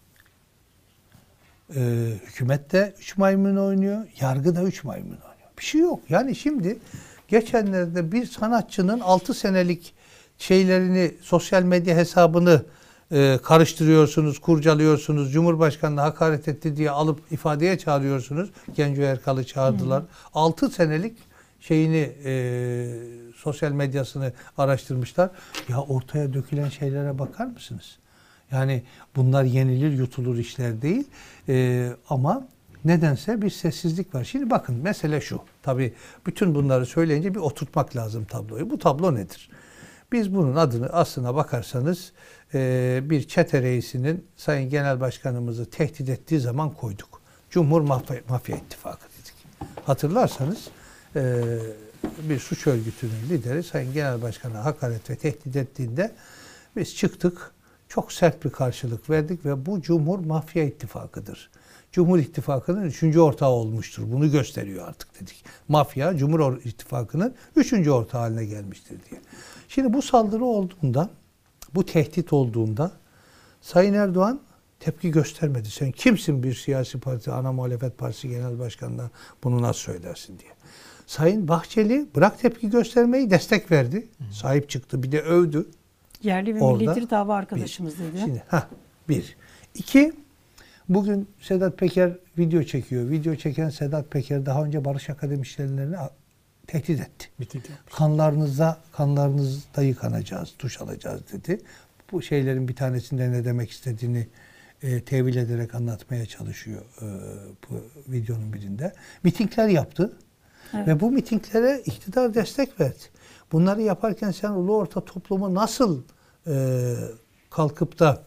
Hükümet de üç maymun oynuyor. Yargı da üç maymun oynuyor. Bir şey yok. Yani şimdi geçenlerde bir sanatçının 6 senelik şeylerini, sosyal medya hesabını karıştırıyorsunuz, kurcalıyorsunuz. Cumhurbaşkanı'na hakaret etti diye alıp ifadeye çağırıyorsunuz. Genco Erkal'ı çağırdılar. 6 senelik şeyini, sosyal medyasını araştırmışlar. Ya ortaya dökülen şeylere bakar mısınız? Yani bunlar yenilir yutulur işler değil. Ama nedense bir sessizlik var. Şimdi bakın mesele şu. Tabii bütün bunları söyleyince bir oturtmak lazım tabloyu. Bu tablo nedir? Biz bunun adını aslına bakarsanız bir çete reisinin Sayın Genel Başkanımızı tehdit ettiği zaman koyduk. Cumhur Mafya İttifakı dedik. Hatırlarsanız bir suç örgütünün lideri Sayın Genel Başkan'a hakaret ve tehdit ettiğinde biz çıktık. Çok sert bir karşılık verdik ve bu Cumhur Mafya İttifakı'dır. Cumhur İttifakı'nın 3. ortağı olmuştur. Bunu gösteriyor artık dedik. Mafya Cumhur İttifakı'nın 3. ortağı haline gelmiştir diye. Şimdi bu saldırı olduğunda, bu tehdit olduğunda Sayın Erdoğan tepki göstermedi. Sen kimsin bir siyasi parti, ana muhalefet partisi genel başkanına bunu nasıl söylersin diye. Sayın Bahçeli bırak tepki göstermeyi destek verdi. Sahip çıktı. Bir de övdü. Yerli ve Orada millidir dava arkadaşımız dedi. Şimdi, bir. İki, bugün Sedat Peker video çekiyor. Video çeken Sedat Peker daha önce barış akademisyenlerini tehdit etti. Kanlarınızda yıkanacağız, duş alacağız dedi. Bu şeylerin bir tanesinde ne demek istediğini tevil ederek anlatmaya çalışıyor bu videonun birinde. Mitingler yaptı. Evet. Ve bu mitinglere iktidar destek verdi. Bunları yaparken sen ulu orta toplumu nasıl kalkıp da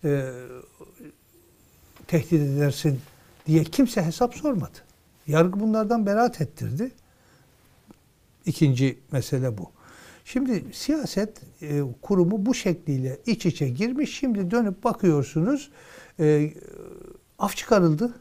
tehdit edersin diye kimse hesap sormadı. Yargı bunlardan beraat ettirdi. İkinci mesele bu. Şimdi siyaset kurumu bu şekliyle iç içe girmiş. Şimdi dönüp bakıyorsunuz af çıkarıldı.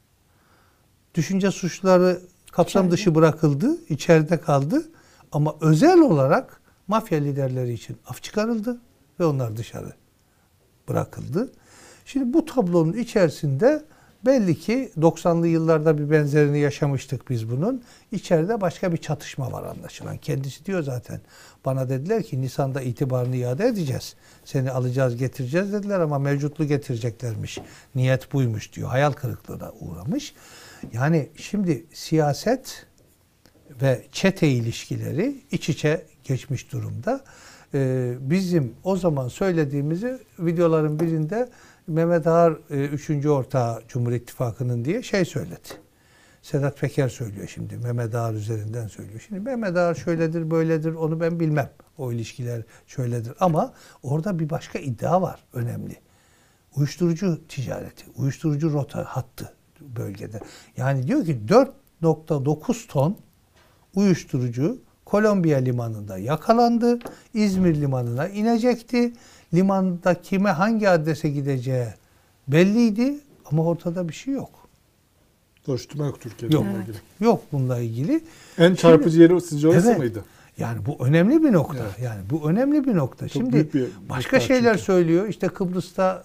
Düşünce suçları kapsam dışı bırakıldı. İçeride kaldı. Ama özel olarak mafya liderleri için af çıkarıldı ve onlar dışarı bırakıldı. Şimdi bu tablonun içerisinde belli ki 90'lı yıllarda bir benzerini yaşamıştık biz bunun. İçeride başka bir çatışma var anlaşılan. Kendisi diyor zaten. Bana dediler ki Nisan'da itibarını iade edeceğiz. Seni alacağız getireceğiz dediler ama mevcutlu getireceklermiş. Niyet buymuş diyor. Hayal kırıklığına uğramış. Yani şimdi siyaset ve çete ilişkileri iç içe geçmiş durumda. Bizim o zaman söylediğimizi videoların birinde Mehmet Ağar 3. ortağı Cumhur İttifakı'nın diye şey söyledi. Sedat Peker söylüyor şimdi. Mehmet Ağar üzerinden söylüyor. Şimdi Mehmet Ağar şöyledir, böyledir onu ben bilmem. O ilişkiler şöyledir. Ama orada bir başka iddia var önemli. Uyuşturucu ticareti, uyuşturucu rota hattı bölgede. Yani diyor ki 4,9 ton uyuşturucu Kolombiya limanında yakalandı. İzmir limanına inecekti. Limanda kime hangi adrese gideceği belliydi ama ortada bir şey yok. Soruşturma yok Türkiye'de. Yok. bununla ilgili. Yok bununla ilgili. En çarpıcı yeri sizce orası Evet. mıydı? Yani bu önemli bir nokta. Evet. Yani bu önemli bir nokta. Çok Şimdi büyük bir başka miktar şeyler çünkü. söylüyor. İşte Kıbrıs'ta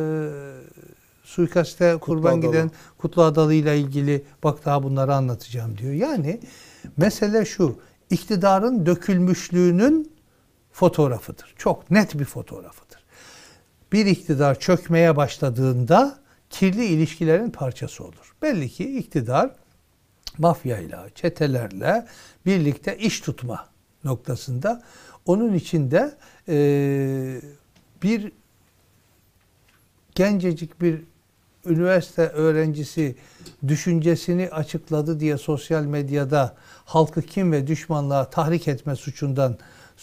suikaste kurban Adalı. giden Kutlu Adalı ile ilgili bak daha bunları anlatacağım diyor. Yani mesele şu. İktidarın dökülmüşlüğünün fotoğrafıdır. Çok net bir fotoğrafıdır. Bir iktidar çökmeye başladığında kirli ilişkilerin parçası olur. Belli ki iktidar mafyayla, çetelerle birlikte iş tutma noktasında. Onun içinde bir gencecik bir üniversite öğrencisi düşüncesini açıkladı diye sosyal medyada halkı kin ve düşmanlığa tahrik etme suçundan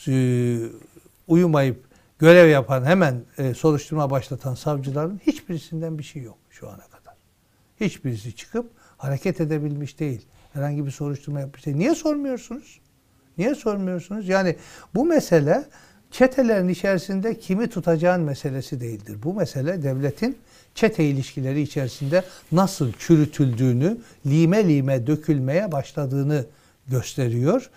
uyumayıp görev yapan hemen soruşturma başlatan savcıların hiçbirisinden bir şey yok şu ana kadar. Hiçbirisi çıkıp hareket edebilmiş değil. Herhangi bir soruşturma yapmış değil. Niye sormuyorsunuz? Niye sormuyorsunuz? Yani bu mesele çetelerin içerisinde kimi tutacağın meselesi değildir. Bu mesele devletin çete ilişkileri içerisinde nasıl çürütüldüğünü, lime lime dökülmeye başladığını gösteriyor.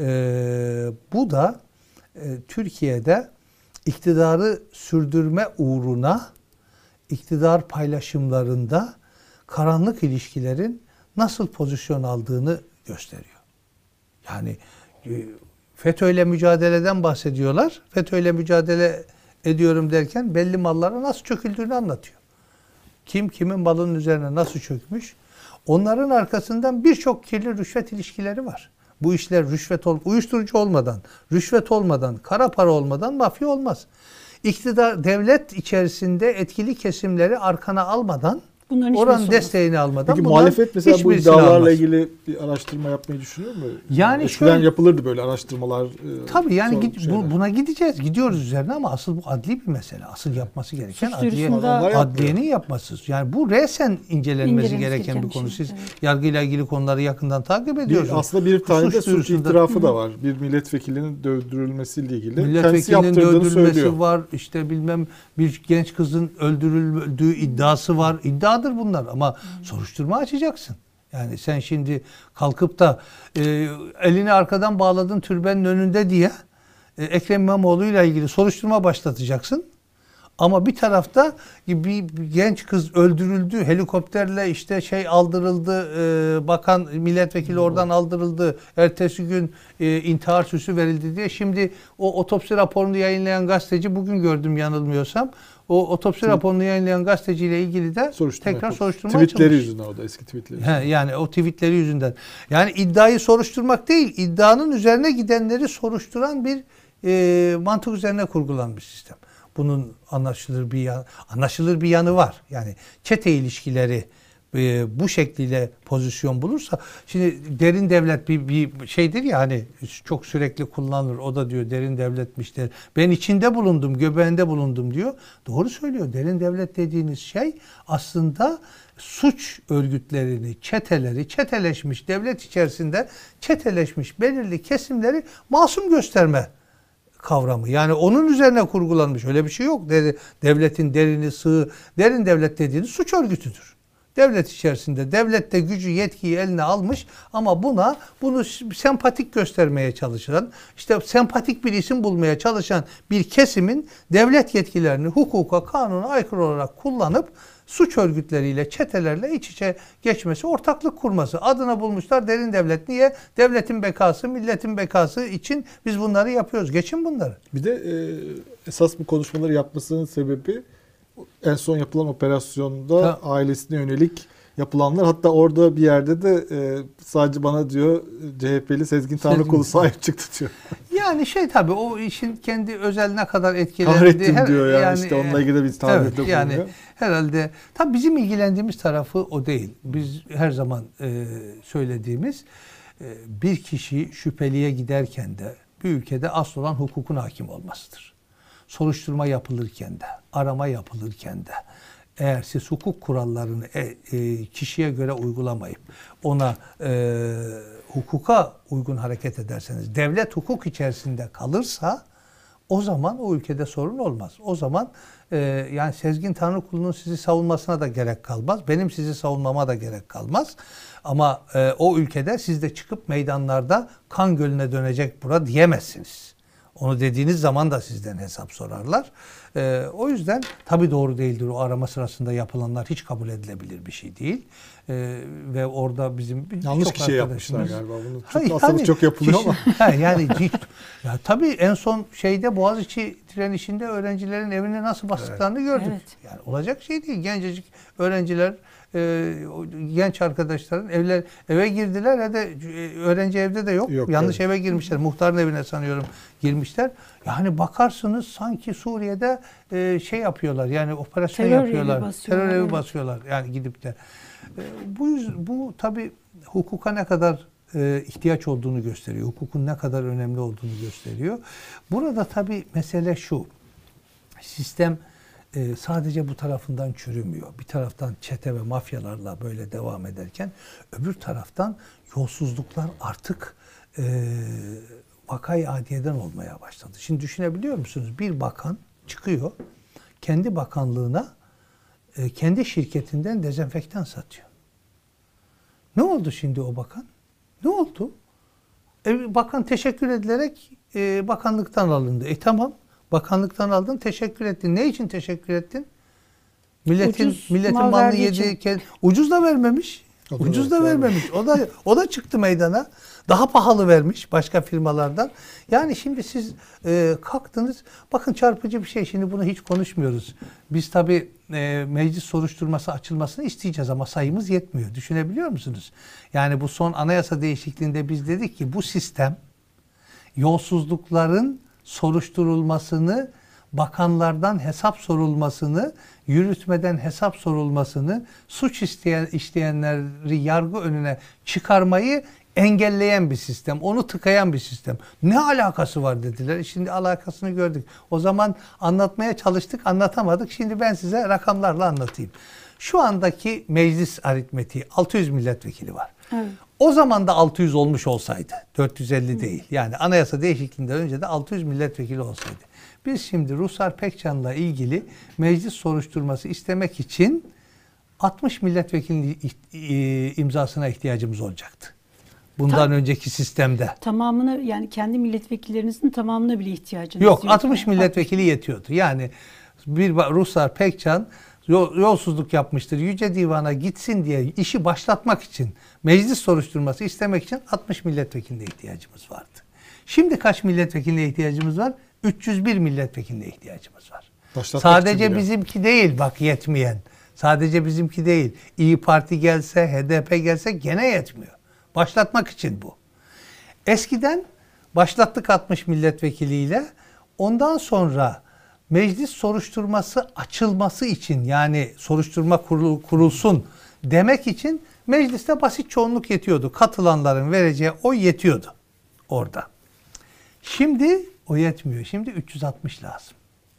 Bu da Türkiye'de iktidarı sürdürme uğruna iktidar paylaşımlarında karanlık ilişkilerin nasıl pozisyon aldığını gösteriyor. Yani FETÖ'yle mücadeleden bahsediyorlar. FETÖ'yle mücadele ediyorum derken belli mallara nasıl çöküldüğünü anlatıyor. Kim kimin malının üzerine nasıl çökmüş? Onların arkasından birçok kirli rüşvet ilişkileri var. Bu işler uyuşturucu olmadan, rüşvet olmadan, kara para olmadan mafya olmaz. İktidar, devlet içerisinde etkili kesimleri arkana almadan, Bunların oranın hiçbirisi olmaz. desteğini almadan Peki muhalefet mesela bu hiçbirisini iddialarla almaz. ilgili bir araştırma yapmayı düşünüyor mu? Yani Eskiden şöyle- yapılırdı böyle araştırmalar. Tabii yani şeyler. buna gideceğiz. Gidiyoruz üzerine ama asıl bu adli bir mesele. Asıl yapması gereken Suç duyurusunda- adliyenin yapması. Yani bu resen incelenmesi İncelenmesi gereken bir gereken konu. bir şey, Siz evet. yargıyla ilgili konuları yakından takip ediyorsunuz. Aslında bir tane de suç duyurusunda- itirafı da var. Bir milletvekilinin dövdürülmesiyle ilgili. Kendisi Milletvekilinin yaptırdığını öldürülmesi söylüyor. var. İşte bilmem bir genç kızın öldürüldüğü iddiası var. İddiadır bunlar ama soruşturma açacaksın. Yani sen şimdi kalkıp da elini arkadan bağladın türbenin önünde diye Ekrem İmamoğlu ile ilgili soruşturma başlatacaksın. Ama bir tarafta bir genç kız öldürüldü, helikopterle işte aldırıldı, bakan milletvekili oradan aldırıldı, ertesi gün intihar süsü verildi diye. Şimdi o otopsi raporunu yayınlayan gazeteci, bugün gördüm yanılmıyorsam, o otopsi raporunu yayınlayan gazeteciyle ilgili de tekrar soruşturma Tweetleri açılmış. yüzünden o da eski tweetleri yüzünden. Yani o tweetleri yüzünden. Yani iddiayı soruşturmak değil, iddianın üzerine gidenleri soruşturan bir mantık üzerine kurgulanmış sistem. Bunun anlaşılır bir yanı var. Yani çete ilişkileri bu şekliyle pozisyon bulursa, şimdi derin devlet bir şeydir ya, hani çok sürekli kullanılır. O da diyor derin devletmiş der. Ben içinde bulundum, göbeğinde bulundum diyor. Doğru söylüyor. Derin devlet dediğiniz şey aslında suç örgütlerini, çeteleri, çeteleşmiş devlet içerisinde çeteleşmiş belirli kesimleri masum gösterme kavramı. Yani onun üzerine kurgulanmış. Öyle bir şey yok. Devletin derini, sığı, derin devlet dediğiniz suç örgütüdür. Devlet içerisinde, devlet de gücü, yetkiyi eline almış ama bunu sempatik göstermeye çalışan, işte sempatik bir isim bulmaya çalışan bir kesimin devlet yetkilerini hukuka, kanuna aykırı olarak kullanıp suç örgütleriyle, çetelerle iç içe geçmesi, ortaklık kurması. Adını bulmuşlar derin devlet. Niye? Devletin bekası, milletin bekası için biz bunları yapıyoruz. Geçin bunları. Bir de esas bu konuşmaları yapmasının sebebi en son yapılan operasyonda ailesine yönelik yapılanlar. Hatta orada bir yerde de sadece bana diyor CHP'li Sezgin Tanrıkulu sahip çıktı diyor. Yani tabii o işin kendi özel ne kadar etkilendiği. Kahrettim diyor yani işte onunla ilgili de bir tabirde bulunuyor. Yani herhalde tabii bizim ilgilendiğimiz tarafı o değil. Biz her zaman söylediğimiz bir kişi şüpheliye giderken de bir ülkede asıl olan hukukun hakim olmasıdır. Soruşturma yapılırken de, arama yapılırken de eğer siz hukuk kurallarını kişiye göre uygulamayıp ona hukuka uygun hareket ederseniz, devlet hukuk içerisinde kalırsa o zaman o ülkede sorun olmaz. O zaman yani Sezgin Tanrıkulu'nun sizi savunmasına da gerek kalmaz. Benim sizi savunmama da gerek kalmaz. Ama o ülkede siz de çıkıp meydanlarda kan gölüne dönecek bura diyemezsiniz. Onu dediğiniz zaman da sizden hesap sorarlar. O yüzden tabii doğru değildir. O arama sırasında yapılanlar hiç kabul edilebilir bir şey değil. Ve orada bizim yanlış çok kişiye yapmışlar galiba. Bunu Hayır, aslında çok yapılıyor ama. Yani ya tabii en son Boğaziçi direnişinde öğrencilerin evine nasıl bastıklarını gördük. Evet. Yani olacak şey değil. Gencecik öğrenciler, genç arkadaşların eve girdiler ya da öğrenci evde de yok. Yanlış eve girmişler. Muhtarın evine sanıyorum girmişler. Yani bakarsınız sanki Suriye'de yapıyorlar. Yani operasyon yapıyorlar. Terör evi basıyorlar. Yani gidip de. Bu tabii hukuka ne kadar ihtiyaç olduğunu gösteriyor. Hukukun ne kadar önemli olduğunu gösteriyor. Burada tabii mesele şu. Sistem sadece bu tarafından çürümüyor. Bir taraftan çete ve mafyalarla böyle devam ederken öbür taraftan yolsuzluklar artık vakayı adiyeden olmaya başladı. Şimdi düşünebiliyor musunuz? Bir bakan çıkıyor, kendi bakanlığına kendi şirketinden dezenfektan satıyor. Ne oldu şimdi o bakan? Ne oldu? Bakan teşekkür edilerek bakanlıktan alındı. Tamam. Bakanlıktan aldın, teşekkür ettin. Ne için teşekkür ettin? Milletin malını yedi. Ucuz da vermemiş. Ucuz da vermemiş. O da çıktı meydana. Daha pahalı vermiş başka firmalardan. Yani şimdi siz kalktınız. Bakın çarpıcı bir şey. Şimdi bunu hiç konuşmuyoruz. Biz tabii meclis soruşturması açılmasını isteyeceğiz ama sayımız yetmiyor. Düşünebiliyor musunuz? Yani bu son anayasa değişikliğinde biz dedik ki bu sistem yolsuzlukların soruşturulmasını, bakanlardan hesap sorulmasını, yürütmeden hesap sorulmasını, suç işleyenleri yargı önüne çıkarmayı engelleyen bir sistem, onu tıkayan bir sistem. Ne alakası var dediler. Şimdi alakasını gördük. O zaman anlatmaya çalıştık, anlatamadık. Şimdi ben size rakamlarla anlatayım. Şu andaki meclis aritmetiği 600 milletvekili var. Evet. O zaman da 600 olmuş olsaydı, 450 değil. Yani anayasa değişikliğinden önce de 600 milletvekili olsaydı. Biz şimdi Ruhsar Pekcan'la ilgili meclis soruşturması istemek için 60 milletvekilinin imzasına ihtiyacımız olacaktı. Bundan önceki sistemde. Tamamını yani kendi milletvekillerinizin tamamına bile ihtiyacınız yok. 60 milletvekili yetiyordu. Yani bir Ruhsar Pekcan yolsuzluk yapmıştır. Yüce Divan'a gitsin diye işi başlatmak için, meclis soruşturması istemek için 60 milletvekiline ihtiyacımız vardı. Şimdi kaç milletvekiline ihtiyacımız var? 301 milletvekiline ihtiyacımız var. Sadece bizimki değil bak yetmeyen. Sadece bizimki değil. İyi Parti gelse, HDP gelse gene yetmiyor. Başlatmak için bu. Eskiden başlattık 60 milletvekiliyle. Ondan sonra meclis soruşturması açılması için yani soruşturma kurulsun demek için mecliste basit çoğunluk yetiyordu. Katılanların vereceği oy yetiyordu orada. Şimdi o yetmiyor. Şimdi 360 lazım.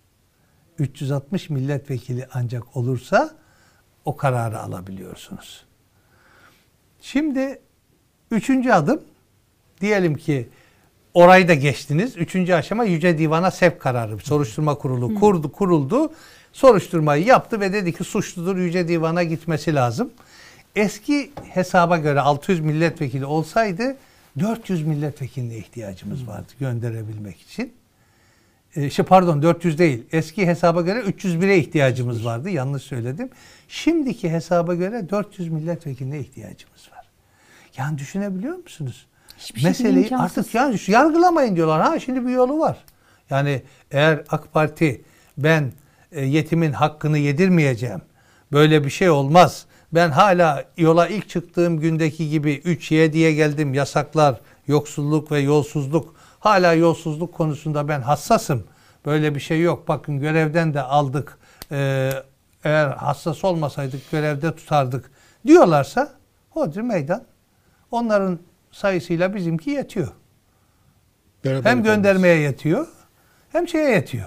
360 milletvekili ancak olursa o kararı alabiliyorsunuz. Şimdi 3. adım diyelim ki orayı da geçtiniz. 3. aşama Yüce Divan'a sevk kararı. Soruşturma kurulu kuruldu. Soruşturmayı yaptı ve dedi ki suçludur, Yüce Divan'a gitmesi lazım. Eski hesaba göre 600 milletvekili olsaydı 400 milletvekiline ihtiyacımız vardı gönderebilmek için. Pardon 400 değil. Eski hesaba göre 301'e ihtiyacımız vardı. Yanlış söyledim. Şimdiki hesaba göre 400 milletvekiline ihtiyacımız var. Yani düşünebiliyor musunuz? Meseleyi artık yani yargılamayın diyorlar. Ha şimdi bir yolu var. Yani eğer AK Parti ben yetimin hakkını yedirmeyeceğim. Böyle bir şey olmaz. Ben hala yola ilk çıktığım gündeki gibi 3Y diye geldim. Yasaklar, yoksulluk ve yolsuzluk. Hala yolsuzluk konusunda ben hassasım. Böyle bir şey yok. Bakın görevden de aldık. Eğer hassas olmasaydık görevde tutardık diyorlarsa hodri meydan. Onların sayısıyla bizimki yetiyor. Beraber Hem göndermeye yetiyor hem şeye yetiyor.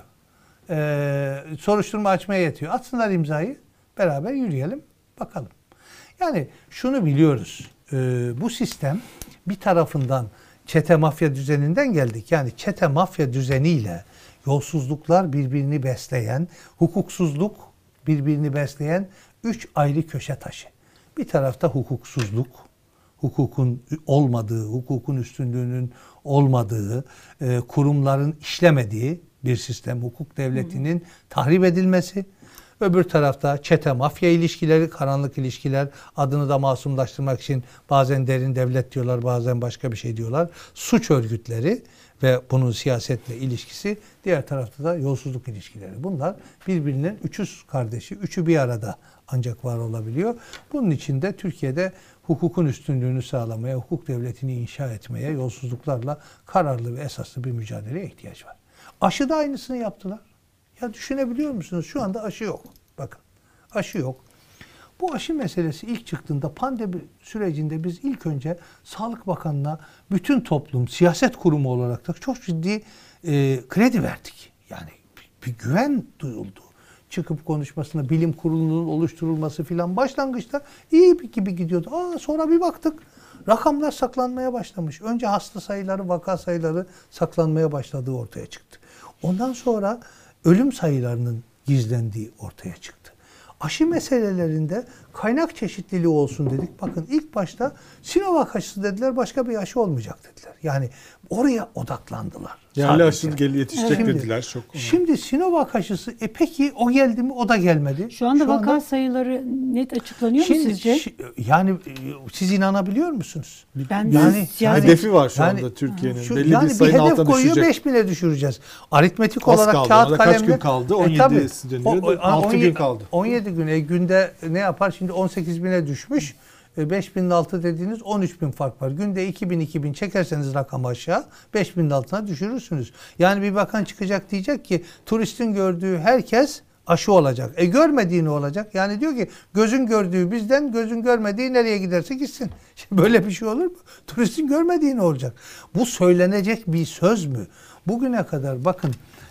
Soruşturma açmaya yetiyor. Atsınlar imzayı, beraber yürüyelim bakalım. Yani şunu biliyoruz. Bu sistem bir tarafından çete mafya düzeninden geldik. Yani çete mafya düzeniyle yolsuzluklar birbirini besleyen, hukuksuzluk birbirini besleyen 3 ayrı köşe taşı. Bir tarafta hukuksuzluk, hukukun olmadığı, hukukun üstünlüğünün olmadığı, kurumların işlemediği bir sistem, hukuk devletinin tahrip edilmesi. Öbür tarafta çete mafya ilişkileri, karanlık ilişkiler, adını da masumlaştırmak için bazen derin devlet diyorlar, bazen başka bir şey diyorlar. Suç örgütleri ve bunun siyasetle ilişkisi, diğer tarafta da yolsuzluk ilişkileri. Bunlar birbirinin üçüz kardeşi, üçü bir arada ancak var olabiliyor. Bunun için de Türkiye'de hukukun üstünlüğünü sağlamaya, hukuk devletini inşa etmeye, yolsuzluklarla kararlı ve esaslı bir mücadeleye ihtiyaç var. Aşı da aynısını yaptılar. Ya düşünebiliyor musunuz? Şu anda aşı yok. Bakın aşı yok. Bu aşı meselesi ilk çıktığında pandemi sürecinde biz ilk önce Sağlık Bakanı'na bütün toplum, siyaset kurumu olarak da çok ciddi kredi verdik. Yani bir güven duyuldu. Çıkıp konuşmasına bilim kurulunun oluşturulması filan başlangıçta iyi gibi gidiyordu. Sonra bir baktık rakamlar saklanmaya başlamış. Önce hasta sayıları, vaka sayıları saklanmaya başladığı ortaya çıktı. Ondan sonra ölüm sayılarının gizlendiği ortaya çıktı. Aşı meselelerinde kaynak çeşitliliği olsun dedik. Bakın ilk başta Sinovac aşısı dediler, başka bir aşı olmayacak dediler. Yani oraya odaklandılar. Yerli aşı yetişecek dediler. Şimdi Sinovac aşısı, peki o geldi mi? O da gelmedi. Şu anda vaka sayıları net açıklanıyor mu sizce? Yani siz inanabiliyor musunuz? Yani hedefi var şu anda Türkiye'nin. Belli bir sayının altına düşecek. 5000'e düşüreceğiz. Aritmetik olarak kağıt kalemle. Kaç gün kaldı? 17 deniyor. 6 gün kaldı. 17 gün. Günde ne yapar? Şimdi 18.000'e düşmüş. 5.000'in altı dediğiniz 13.000 fark var. Günde 2.000 çekerseniz rakamı aşağı 5.000'in altına düşürürsünüz. Yani bir bakan çıkacak diyecek ki turistin gördüğü herkes aşı olacak. Görmediği ne olacak? Yani diyor ki gözün gördüğü bizden, gözün görmediği nereye giderse gitsin. Şimdi böyle bir şey olur mu? Turistin görmediği ne olacak? Bu söylenecek bir söz mü? Bugüne kadar bakın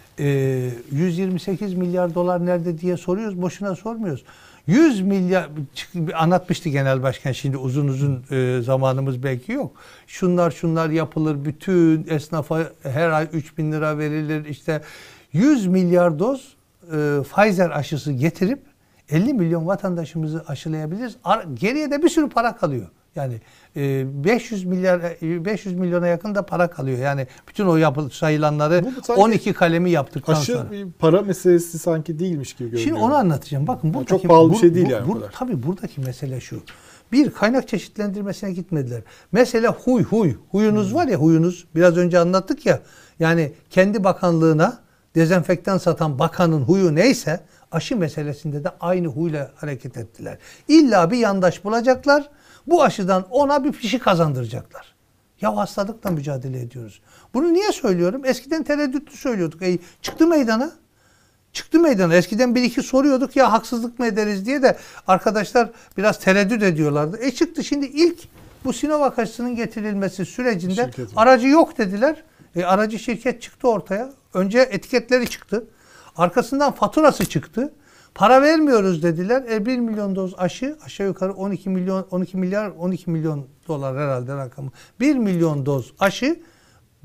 128 milyar dolar nerede diye soruyoruz. Boşuna sormuyoruz. 100 milyar anlatmıştı Genel Başkan, şimdi uzun zamanımız belki yok. Şunlar yapılır, bütün esnafa her ay 3.000 lira verilir. İşte 100 milyar doz Pfizer aşısı getirip 50 milyon vatandaşımızı aşılayabiliriz. Geriye de bir sürü para kalıyor. Yani 500 milyona yakın da para kalıyor. Yani bütün o sayılanları 12 kalemi yaptıktan sonra. Aşı bir para meselesi sanki değilmiş gibi görünüyor. Şimdi onu anlatacağım. Bakın buradaki, çok pahalı bir şey değil yani. Tabii buradaki mesele şu. Bir, kaynak çeşitlendirmesine gitmediler. Mesele huyunuz var ya, huyunuz. Biraz önce anlattık ya. Yani kendi bakanlığına dezenfektan satan bakanın huyu neyse aşı meselesinde de aynı huyla hareket ettiler. İlla bir yandaş bulacaklar. Bu aşıdan ona bir fişi kazandıracaklar. Ya hastalıkla mücadele ediyoruz. Bunu niye söylüyorum? Eskiden tereddütlü söylüyorduk. Çıktı meydana. Çıktı meydana. Eskiden bir iki soruyorduk ya haksızlık mı ederiz diye de arkadaşlar biraz tereddüt ediyorlardı. Çıktı şimdi ilk bu Sinovac aşısının getirilmesi sürecinde aracı yok dediler. Aracı şirket çıktı ortaya. Önce etiketleri çıktı. Arkasından faturası çıktı. Para vermiyoruz dediler. 1 milyon doz aşı, aşağı yukarı 12 milyon dolar herhalde rakamı. 1 milyon doz aşı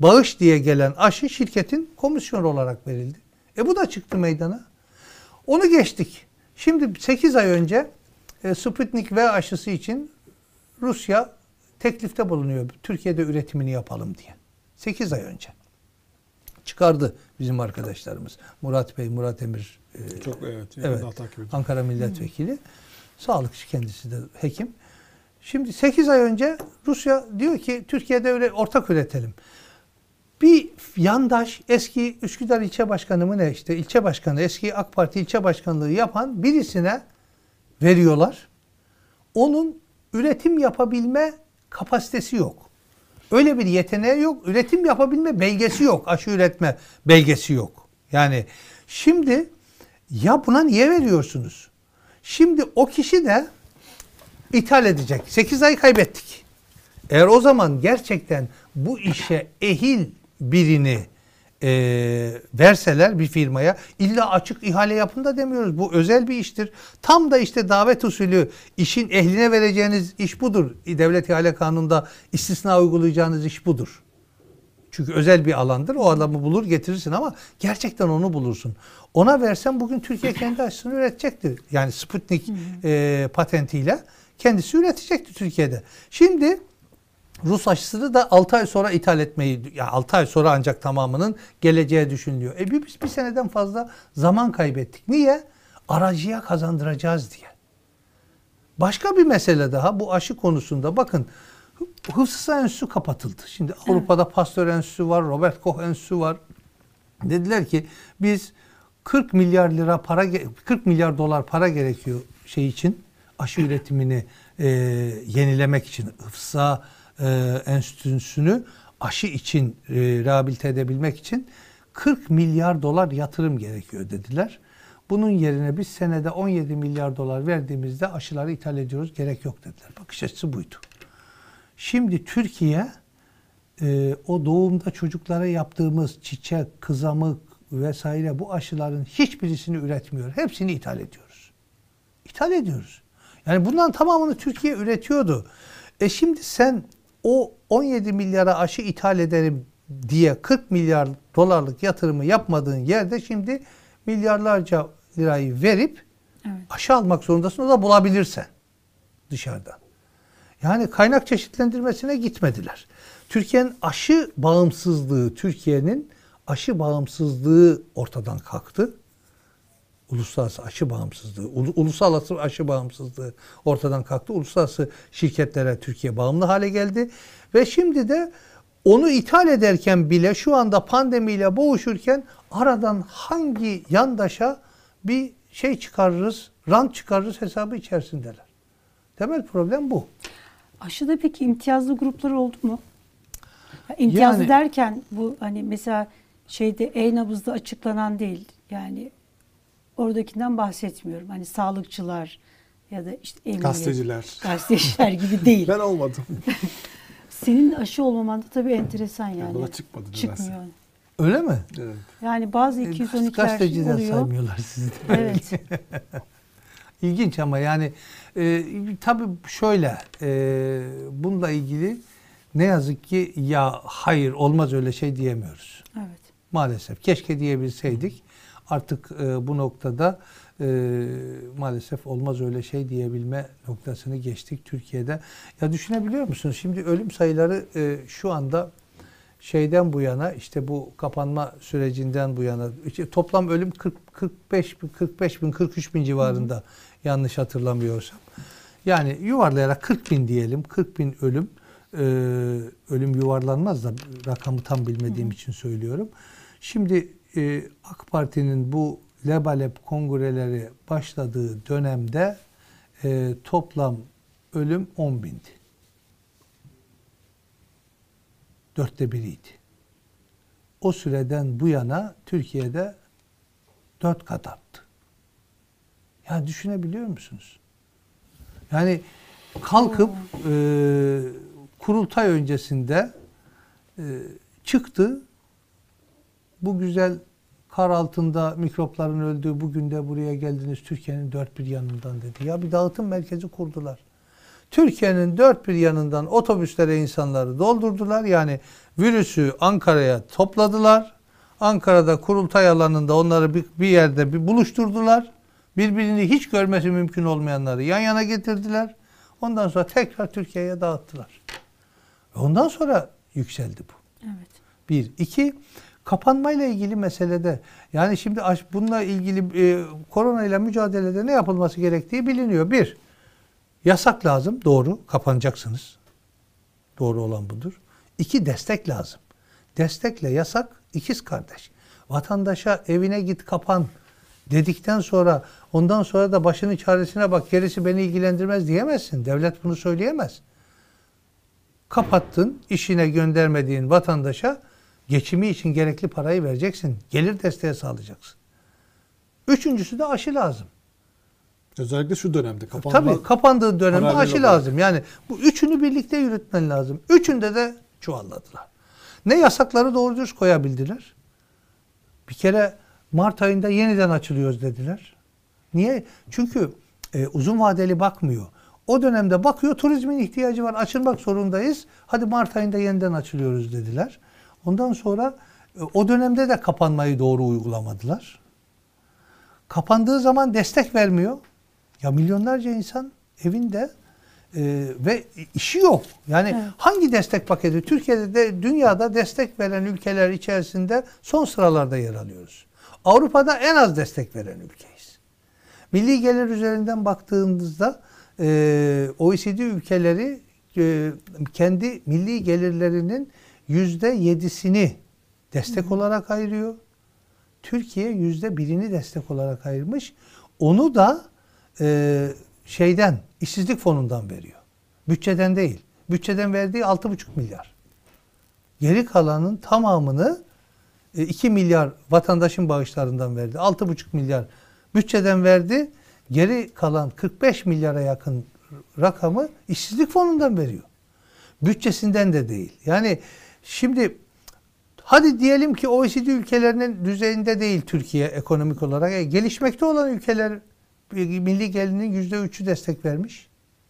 bağış diye gelen aşı şirketin komisyon olarak verildi. Bu da çıktı meydana. Onu geçtik. Şimdi 8 ay önce Sputnik V aşısı için Rusya teklifte bulunuyor. Türkiye'de üretimini yapalım diye. 8 ay önce. Çıkardı bizim arkadaşlarımız. Murat Bey, Murat Emir. Çok evet. Evet, Ankara Milletvekili. Sağlıkçı, kendisi de hekim. Şimdi 8 ay önce Rusya diyor ki Türkiye'de öyle ortak üretelim. Bir yandaş, eski Üsküdar ilçe başkanı mı ne, işte ilçe başkanı, eski AK Parti ilçe başkanlığı yapan birisine veriyorlar. Onun üretim yapabilme kapasitesi yok. Öyle bir yeteneği yok. Üretim yapabilme belgesi yok. Aşı üretme belgesi yok. Yani şimdi ya buna niye veriyorsunuz? Şimdi o kişi de ithal edecek. 8 ay kaybettik. Eğer o zaman gerçekten bu işe ehil birini verseler bir firmaya, illa açık ihale yapın da demiyoruz. Bu özel bir iştir. Tam da işte davet usulü işin ehline vereceğiniz iş budur. Devlet İhale Kanunu'nda istisna uygulayacağınız iş budur. Çünkü özel bir alandır. O adamı bulur getirirsin ama gerçekten onu bulursun. Ona versen bugün Türkiye kendi aşısını üretecekti. Yani Sputnik patentiyle kendisi üretecekti Türkiye'de. Şimdi Rus aşısını da 6 ay sonra ithal etmeyi, yani 6 ay sonra ancak tamamının geleceği düşünülüyor. Biz bir seneden fazla zaman kaybettik. Niye? Aracıya kazandıracağız diye. Başka bir mesele daha bu aşı konusunda. Bakın, Hıfzı Enstitüsü kapatıldı. Şimdi Avrupa'da Pasteur Enstitüsü var, Robert Koch Enstitüsü var. Dediler ki biz 40 milyar dolar para gerekiyor şey için, aşı üretimini yenilemek için. Hıfzı Enstitüsü'nü aşı için rehabilite edebilmek için 40 milyar dolar yatırım gerekiyor dediler. Bunun yerine biz senede 17 milyar dolar verdiğimizde aşıları ithal ediyoruz, gerek yok dediler. Bakış açısı buydu. Şimdi Türkiye o doğumda çocuklara yaptığımız çiçek, kızamık vesaire bu aşıların hiçbirisini üretmiyor. Hepsini ithal ediyoruz. İthal ediyoruz. Yani bunların tamamını Türkiye üretiyordu. Şimdi sen o 17 milyara aşı ithal ederim diye 40 milyar dolarlık yatırımı yapmadığın yerde şimdi milyarlarca lirayı verip aşı almak zorundasın. O da bulabilirsen dışarıdan. Yani kaynak çeşitlendirmesine gitmediler. Türkiye'nin aşı bağımsızlığı ortadan kalktı. Uluslararası aşı bağımsızlığı ortadan kalktı. Uluslararası şirketlere Türkiye bağımlı hale geldi. Ve şimdi de onu ithal ederken bile şu anda pandemiyle boğuşurken aradan hangi yandaşa bir şey çıkarırız, rant çıkarırız hesabı içerisindeler. Temel problem bu. Aşıda peki imtiyazlı gruplar oldu mu? İmtiyazlı Yani, derken bu hani mesela e-nabızda açıklanan değil. Yani oradakinden bahsetmiyorum. Hani sağlıkçılar ya da işte emniyet, gazeteciler gibi değil. Ben olmadım. Senin aşı olmaman da tabii enteresan yani. Bana çıkmadı. Çıkmıyor. Öyle mi? Evet. Yani bazı 212'ler gazeteciden oluyor. saymıyorlar sizi. Evet. İlginç ama yani tabii şöyle bununla ilgili ne yazık ki ya hayır olmaz öyle şey diyemiyoruz. Evet. Maalesef. Keşke diyebilseydik. Artık bu noktada maalesef olmaz öyle şey diyebilme noktasını geçtik Türkiye'de. Ya düşünebiliyor musunuz? Şimdi ölüm sayıları şu anda şeyden bu yana, işte bu kapanma sürecinden bu yana toplam ölüm 45 bin 43 bin civarında, yanlış hatırlamıyorsam. Yani yuvarlayarak 40 bin diyelim. 40 bin ölüm. Ölüm yuvarlanmaz da rakamı tam bilmediğim için söylüyorum. Şimdi AK Parti'nin bu lebalep kongreleri başladığı dönemde toplam ölüm 10 bindi. 1/4'iydi. O süreden bu yana Türkiye'de 4 kat arttı. Ya düşünebiliyor musunuz? Yani kalkıp kurultay öncesinde çıktı, bu güzel kar altında mikropların öldüğü bugün de buraya geldiniz Türkiye'nin dört bir yanından dedi. Ya bir dağıtım merkezi kurdular. Türkiye'nin dört bir yanından otobüslere insanları doldurdular. Yani virüsü Ankara'ya topladılar. Ankara'da kurultay alanında onları bir yerde bir buluşturdular. Birbirini hiç görmesi mümkün olmayanları yan yana getirdiler. Ondan sonra tekrar Türkiye'ye dağıttılar. Ondan sonra yükseldi bu. Evet. Bir. İki, kapanmayla ilgili meselede, yani şimdi bununla ilgili korona ile mücadelede ne yapılması gerektiği biliniyor. Bir, yasak lazım. Doğru. Kapanacaksınız. Doğru olan budur. İki, destek lazım. Destekle yasak ikiz kardeş. Vatandaşa evine git kapan dedikten sonra ondan sonra da başının çaresine bak, gerisi beni ilgilendirmez diyemezsin. Devlet bunu söyleyemez. Kapattın, işine göndermediğin vatandaşa geçimi için gerekli parayı vereceksin. Gelir desteği sağlayacaksın. Üçüncüsü de aşı lazım. Özellikle şu dönemde kapanma. Tabii kapandığı dönemde paralel aşı olarak lazım. Yani bu üçünü birlikte yürütmen lazım. Üçünde de çuvalladılar. Ne yasakları doğru düz koyabildiler. Bir kere Mart ayında yeniden açılıyoruz dediler. Niye? Çünkü uzun vadeli bakmıyor. O dönemde bakıyor, turizmin ihtiyacı var, açılmak zorundayız. Hadi Mart ayında yeniden açılıyoruz dediler. Ondan sonra o dönemde de kapanmayı doğru uygulamadılar. Kapandığı zaman destek vermiyor. Ya milyonlarca insan evinde ve işi yok. Yani evet. Hangi destek paketi? Türkiye'de de dünyada destek veren ülkeler içerisinde son sıralarda yer alıyoruz. Avrupa'da en az destek veren ülkeyiz. Milli gelir üzerinden baktığımızda OECD ülkeleri kendi milli gelirlerinin %7'sini destek olarak ayırıyor. Türkiye %1'ini destek olarak ayırmış. Onu da işsizlik fonundan veriyor. Bütçeden değil. Bütçeden verdiği 6,5 milyar. Geri kalanın tamamını 2 milyar vatandaşın bağışlarından verdi. 6,5 milyar bütçeden verdi. Geri kalan 45 milyara yakın rakamı işsizlik fonundan veriyor. Bütçesinden de değil. Yani şimdi hadi diyelim ki OECD ülkelerinin düzeyinde değil Türkiye ekonomik olarak. Gelişmekte olan ülkeler milli gelirinin %3'ü destek vermiş.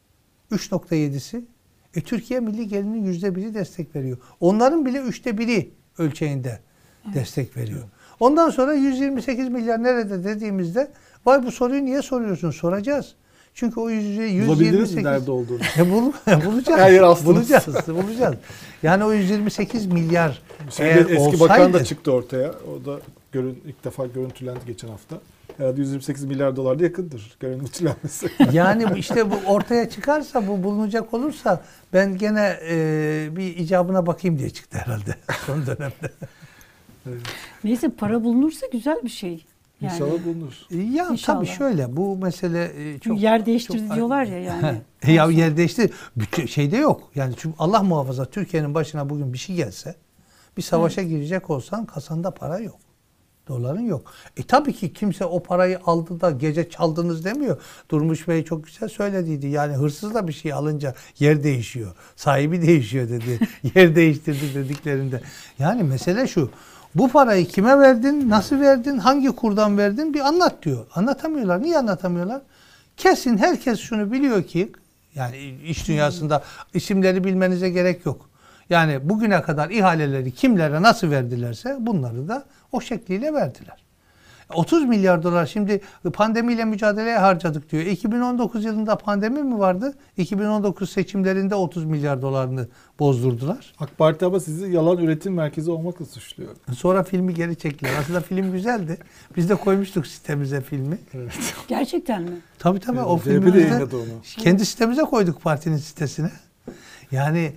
3,7'si. Türkiye milli gelirinin %1'i destek veriyor. Onların bile 1/3'i ölçeğinde destek veriyor. Ondan sonra 128 milyar nerede dediğimizde vay bu soruyu niye soruyorsun? Soracağız. Çünkü o 128... Bulabildiniz mi nerede olduğunu? Bulacağız. Her yer aslında. Bulacağız. Yani o 128 milyar eski olsaydı... bakan da çıktı ortaya. O da ilk defa görüntülendi geçen hafta. Herhalde 128 milyar dolar da yakındır görüntülenmesi. Yani işte bu ortaya çıkarsa, bu bulunacak olursa ben gene bir icabına bakayım diye çıktı herhalde son dönemde. Evet. Neyse para bulunursa güzel bir şey. Yani. İnşallah bulunur. Ya İnşallah. Tabii şöyle bu mesele çok... Yer değiştirdi diyorlar ya yani. Ya yer değişti. Şeyde yok. Yani çünkü Allah muhafaza Türkiye'nin başına bugün bir şey gelse, bir savaşa girecek olsan kasanda para yok. Doların yok. Tabii ki kimse o parayı aldı da gece çaldınız demiyor. Durmuş Bey çok güzel söylediydi. Yani hırsız da bir şey alınca yer değişiyor. Sahibi değişiyor dedi. Yer değiştirdi dediklerinde. Yani mesele şu. Bu parayı kime verdin? Nasıl verdin? Hangi kurdan verdin? Bir anlat diyor. Anlatamıyorlar. Niye anlatamıyorlar? Kesin herkes şunu biliyor ki, yani iş dünyasında isimleri bilmenize gerek yok. Yani bugüne kadar ihaleleri kimlere nasıl verdilerse bunları da o şekliyle verdiler. 30 milyar dolar şimdi pandemiyle mücadeleye harcadık diyor. 2019 yılında pandemi mi vardı? 2019 seçimlerinde 30 milyar dolarını bozdurdular. AK Parti ama sizi yalan üretim merkezi olmakla suçluyor. Sonra filmi geri çektiler. Aslında film güzeldi. Biz de koymuştuk sitemize filmi. Evet. Gerçekten mi? Tabii Evet, o filmi de onu. kendi sitemize koyduk partinin sitesine. Yani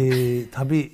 tabii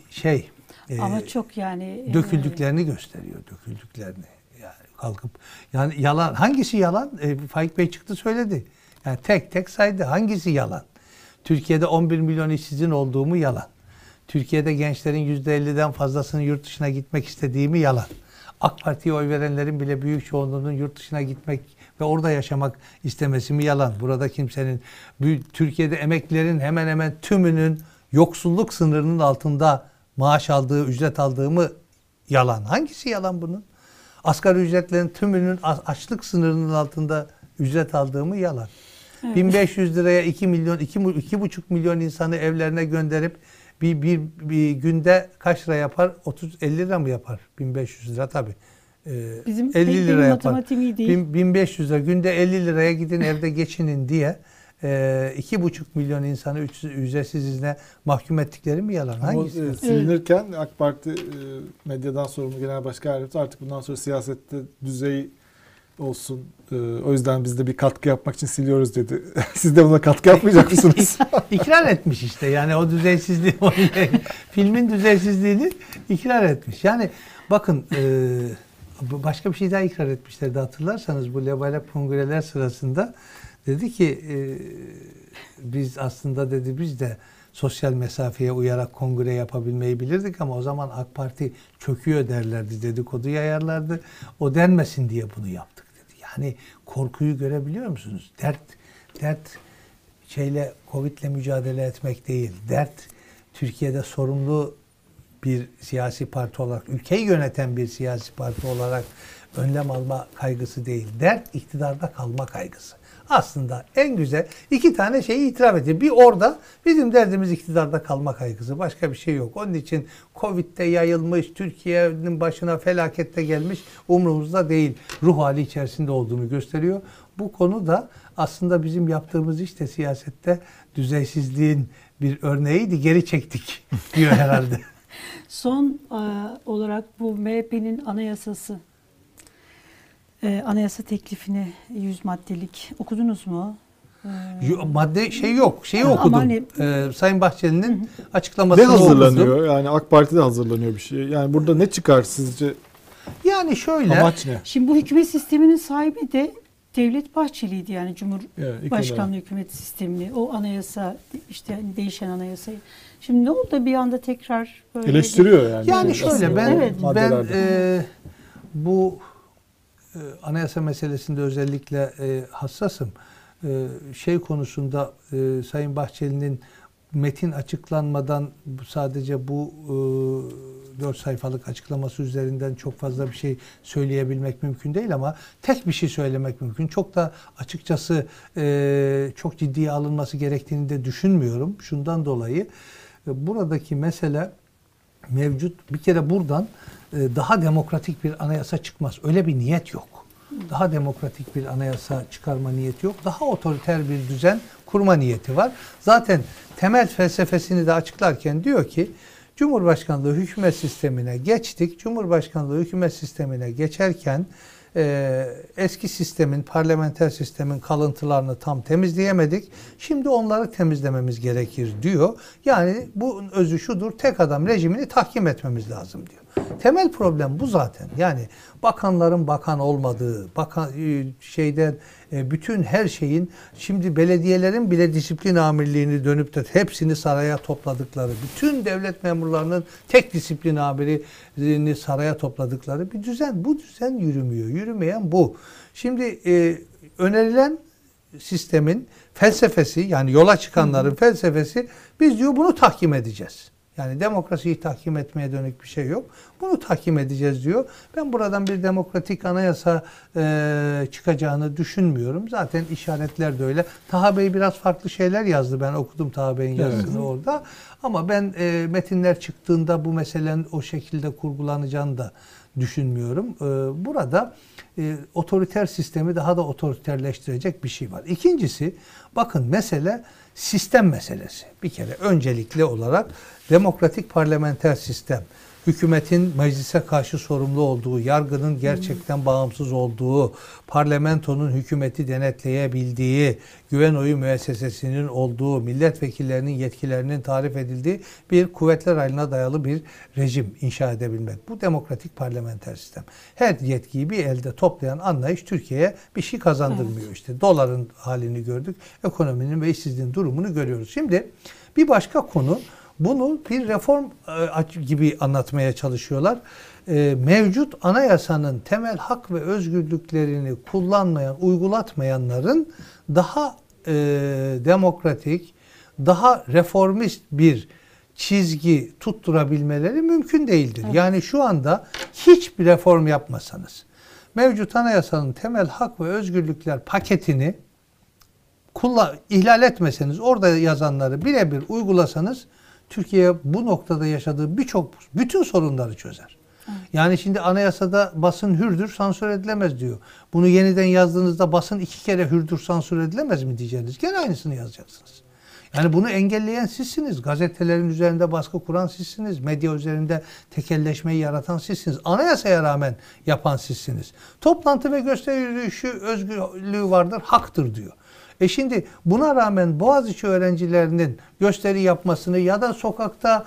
ama çok yani döküldüklerini gösteriyor. Döküldüklerini. Yani kalkıp yani yalan. Hangisi yalan? Faik Bey çıktı söyledi. Yani tek tek saydı. Hangisi yalan? Türkiye'de 11 milyon işsizin olduğumu yalan. Türkiye'de gençlerin %50'den fazlasının yurt dışına gitmek istediğimi yalan. AK Parti'ye oy verenlerin bile büyük çoğunluğunun yurt dışına gitmek ve orada yaşamak istemesi mi yalan? Burada kimsenin, Türkiye'de emeklilerin hemen hemen tümünün yoksulluk sınırının altında maaş aldığı, ücret aldığı mı yalan? Hangisi yalan bunun? Asgari ücretlerin tümünün açlık sınırının altında ücret aldığı mı yalan? Evet. 1500 liraya 2 milyon, 2,5 milyon insanı evlerine gönderip bir günde kaç lira yapar? 50 lira mı yapar? 1500 lira tabii. Bizim 50 lira benim yapar. matematiğim iyi değil. 1500 lira günde 50 liraya gidin evde geçinin diye 2,5 milyon insanı ücretsiz izne mahkum ettikleri mi yalan? Ama Hangisi? silinirken AK Parti medyadan sorumlu genel başkan yardımcısı artık bundan sonra siyasette düzey olsun. O yüzden biz de bir katkı yapmak için siliyoruz dedi. Siz de buna katkı yapmayacak mısınız? İkrar etmiş işte. Yani o düzeysizliği, filmin düzeysizliğini ikrar etmiş. Yani bakın başka bir şey daha ikrar etmişlerdi hatırlarsanız bu lebalep kongreler sırasında dedi ki biz aslında dedi biz de sosyal mesafeye uyarak kongre yapabilmeyi bilirdik ama o zaman AK Parti çöküyor derlerdi, dedikodu yayarlardı. O denmesin diye bunu yaptık dedi. Yani korkuyu görebiliyor musunuz? Dert Covid'le mücadele etmek değil. Dert Türkiye'de sorumlu bir siyasi parti olarak, ülkeyi yöneten bir siyasi parti olarak önlem alma kaygısı değil. Dert iktidarda kalma kaygısı. Aslında en güzel iki tane şeyi itiraf ediyor. Bir orada bizim derdimiz iktidarda kalma kaygısı. Başka bir şey yok. Onun için Covid'de yayılmış, Türkiye'nin başına felakette gelmiş umurumuzda değil. Ruh hali içerisinde olduğunu gösteriyor. Bu konu da aslında bizim yaptığımız işte siyasette düzeysizliğin bir örneğiydi. Geri çektik diyor herhalde. Son olarak bu MHP'nin anayasası, anayasa teklifini 100 maddelik okudunuz mu? Madde şey yok. Şeyi ama okudum. hani- Sayın Bahçeli'nin Ne açıklamasını hazırlanıyor? okudum. Yani AK Parti'de hazırlanıyor bir şey. Yani burada ne çıkar sizce? Yani şöyle. Amaç ne? Şimdi bu hükümet sisteminin sahibi de Devlet Bahçeli'ydi, yani Evet, ilk Cumhurbaşkanlığı olarak. hükümet sistemini, o anayasa, işte hani değişen anayasayı. Şimdi ne oldu bir anda tekrar böyle Eleştiriyor yani. Yani Şey, şöyle ben Evet. maddelerde. Bu anayasa meselesinde özellikle hassasım. Şey konusunda Sayın Bahçeli'nin metin açıklanmadan sadece bu 4 sayfalık açıklaması üzerinden çok fazla bir şey söyleyebilmek mümkün değil ama tek bir şey söylemek mümkün. Çok da açıkçası çok ciddiye alınması gerektiğini de düşünmüyorum. Şundan dolayı buradaki mesele mevcut. Bir kere buradan daha demokratik bir anayasa çıkmaz. Öyle bir niyet yok. Daha demokratik bir anayasa çıkarma niyeti yok. Daha otoriter bir düzen kurma niyeti var. Zaten temel felsefesini de açıklarken diyor ki Cumhurbaşkanlığı hükümet sistemine geçtik. Cumhurbaşkanlığı hükümet sistemine geçerken eski sistemin, parlamenter sistemin kalıntılarını tam temizleyemedik. Şimdi onları temizlememiz gerekir diyor. Yani bunun özü şudur, tek adam rejimini tahkim etmemiz lazım diyor. Temel problem bu zaten. Yani bakanların bakan olmadığı, bütün her şeyin, şimdi belediyelerin bile disiplin amirliğini dönüp de hepsini saraya topladıkları, bütün devlet memurlarının tek disiplin amirini saraya topladıkları bir düzen. Bu düzen yürümüyor. Yürümeyen bu. Şimdi önerilen sistemin felsefesi, yani yola çıkanların felsefesi, biz diyor bunu tahkim edeceğiz. Yani demokrasiyi tahkim etmeye dönük bir şey yok. Bunu tahkim edeceğiz diyor. Ben buradan bir demokratik anayasa çıkacağını düşünmüyorum. Zaten işaretler de öyle. Taha Bey biraz farklı şeyler yazdı. Ben okudum Taha Bey'in yazısını orada. Ama ben metinler çıktığında bu meselenin o şekilde kurgulanacağını da düşünmüyorum. Burada otoriter sistemi daha da otoriterleştirecek bir şey var. İkincisi, bakın mesele sistem meselesi. Bir kere öncelikli olarak demokratik parlamenter sistem, hükümetin meclise karşı sorumlu olduğu, yargının gerçekten bağımsız olduğu, parlamentonun hükümeti denetleyebildiği, güven oyu müessesesinin olduğu, milletvekillerinin yetkilerinin tarif edildiği bir kuvvetler ayrılığına dayalı bir rejim inşa edebilmek. Bu demokratik parlamenter sistem. Her yetkiyi bir elde toplayan anlayış Türkiye'ye bir şey kazandırmıyor. Evet. İşte doların halini gördük, ekonominin ve işsizliğin durumunu görüyoruz. Şimdi bir başka konu, bunu bir reform gibi anlatmaya çalışıyorlar. Mevcut anayasanın temel hak ve özgürlüklerini kullanmayan, uygulatmayanların daha demokratik, daha reformist bir çizgi tutturabilmeleri mümkün değildir. Evet. Yani şu anda hiçbir reform yapmasanız, mevcut anayasanın temel hak ve özgürlükler paketini ihlal etmeseniz, orada yazanları birebir uygulasanız, Türkiye bu noktada yaşadığı bütün sorunları çözer. Yani şimdi anayasada basın hürdür, sansür edilemez diyor. Bunu yeniden yazdığınızda basın 2 kere hürdür, sansür edilemez mi diyeceksiniz? Gene aynısını yazacaksınız. Yani bunu engelleyen sizsiniz. Gazetelerin üzerinde baskı kuran sizsiniz. Medya üzerinde tekelleşmeyi yaratan sizsiniz. Anayasaya rağmen yapan sizsiniz. Toplantı ve gösteri yürüyüşü özgürlüğü vardır, haktır diyor. Şimdi buna rağmen Boğaziçi öğrencilerinin gösteri yapmasını ya da sokakta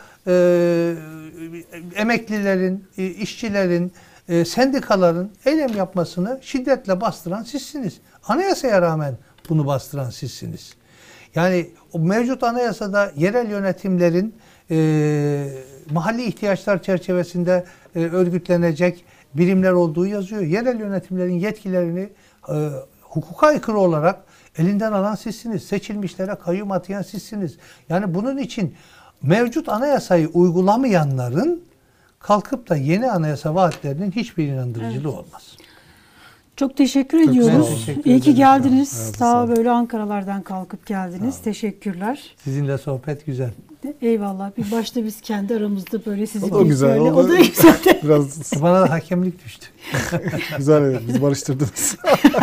emeklilerin, işçilerin, sendikaların eylem yapmasını şiddetle bastıran sizsiniz. Anayasaya rağmen bunu bastıran sizsiniz. Yani o mevcut anayasada yerel yönetimlerin mahalli ihtiyaçlar çerçevesinde örgütlenecek birimler olduğu yazıyor. Yerel yönetimlerin yetkilerini hukuka aykırı olarak elinden alan sizsiniz. Seçilmişlere kayyum atayan sizsiniz. Yani bunun için mevcut anayasayı uygulamayanların kalkıp da yeni anayasa vaatlerinin hiçbir inandırıcılığı olmaz. Çok teşekkür Çok ediyoruz. sağ olun. Teşekkür İyi ki ederim. geldiniz. Hayatınız Daha sağ olun. böyle Ankaralardan kalkıp geldiniz. Teşekkürler. Sizinle sohbet güzel. Eyvallah. Bir başta biz kendi aramızda böyle sizi O da bir güzel. böyle- O da güzel. biraz Bana da hakemlik düştü. güzel. Evet, bizi barıştırdınız.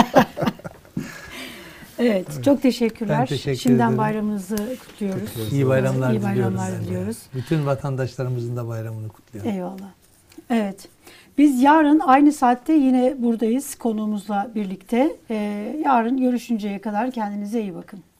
Evet, çok teşekkürler. Ben teşekkür Şimdiden ederim. bayramınızı kutluyoruz. İyi bayramlar İyi diliyoruz. bayramlar ben de. diliyoruz. Bütün vatandaşlarımızın da bayramını kutluyorum. Eyvallah. Evet. Biz yarın aynı saatte yine buradayız konuğumuzla birlikte. Yarın görüşünceye kadar kendinize iyi bakın.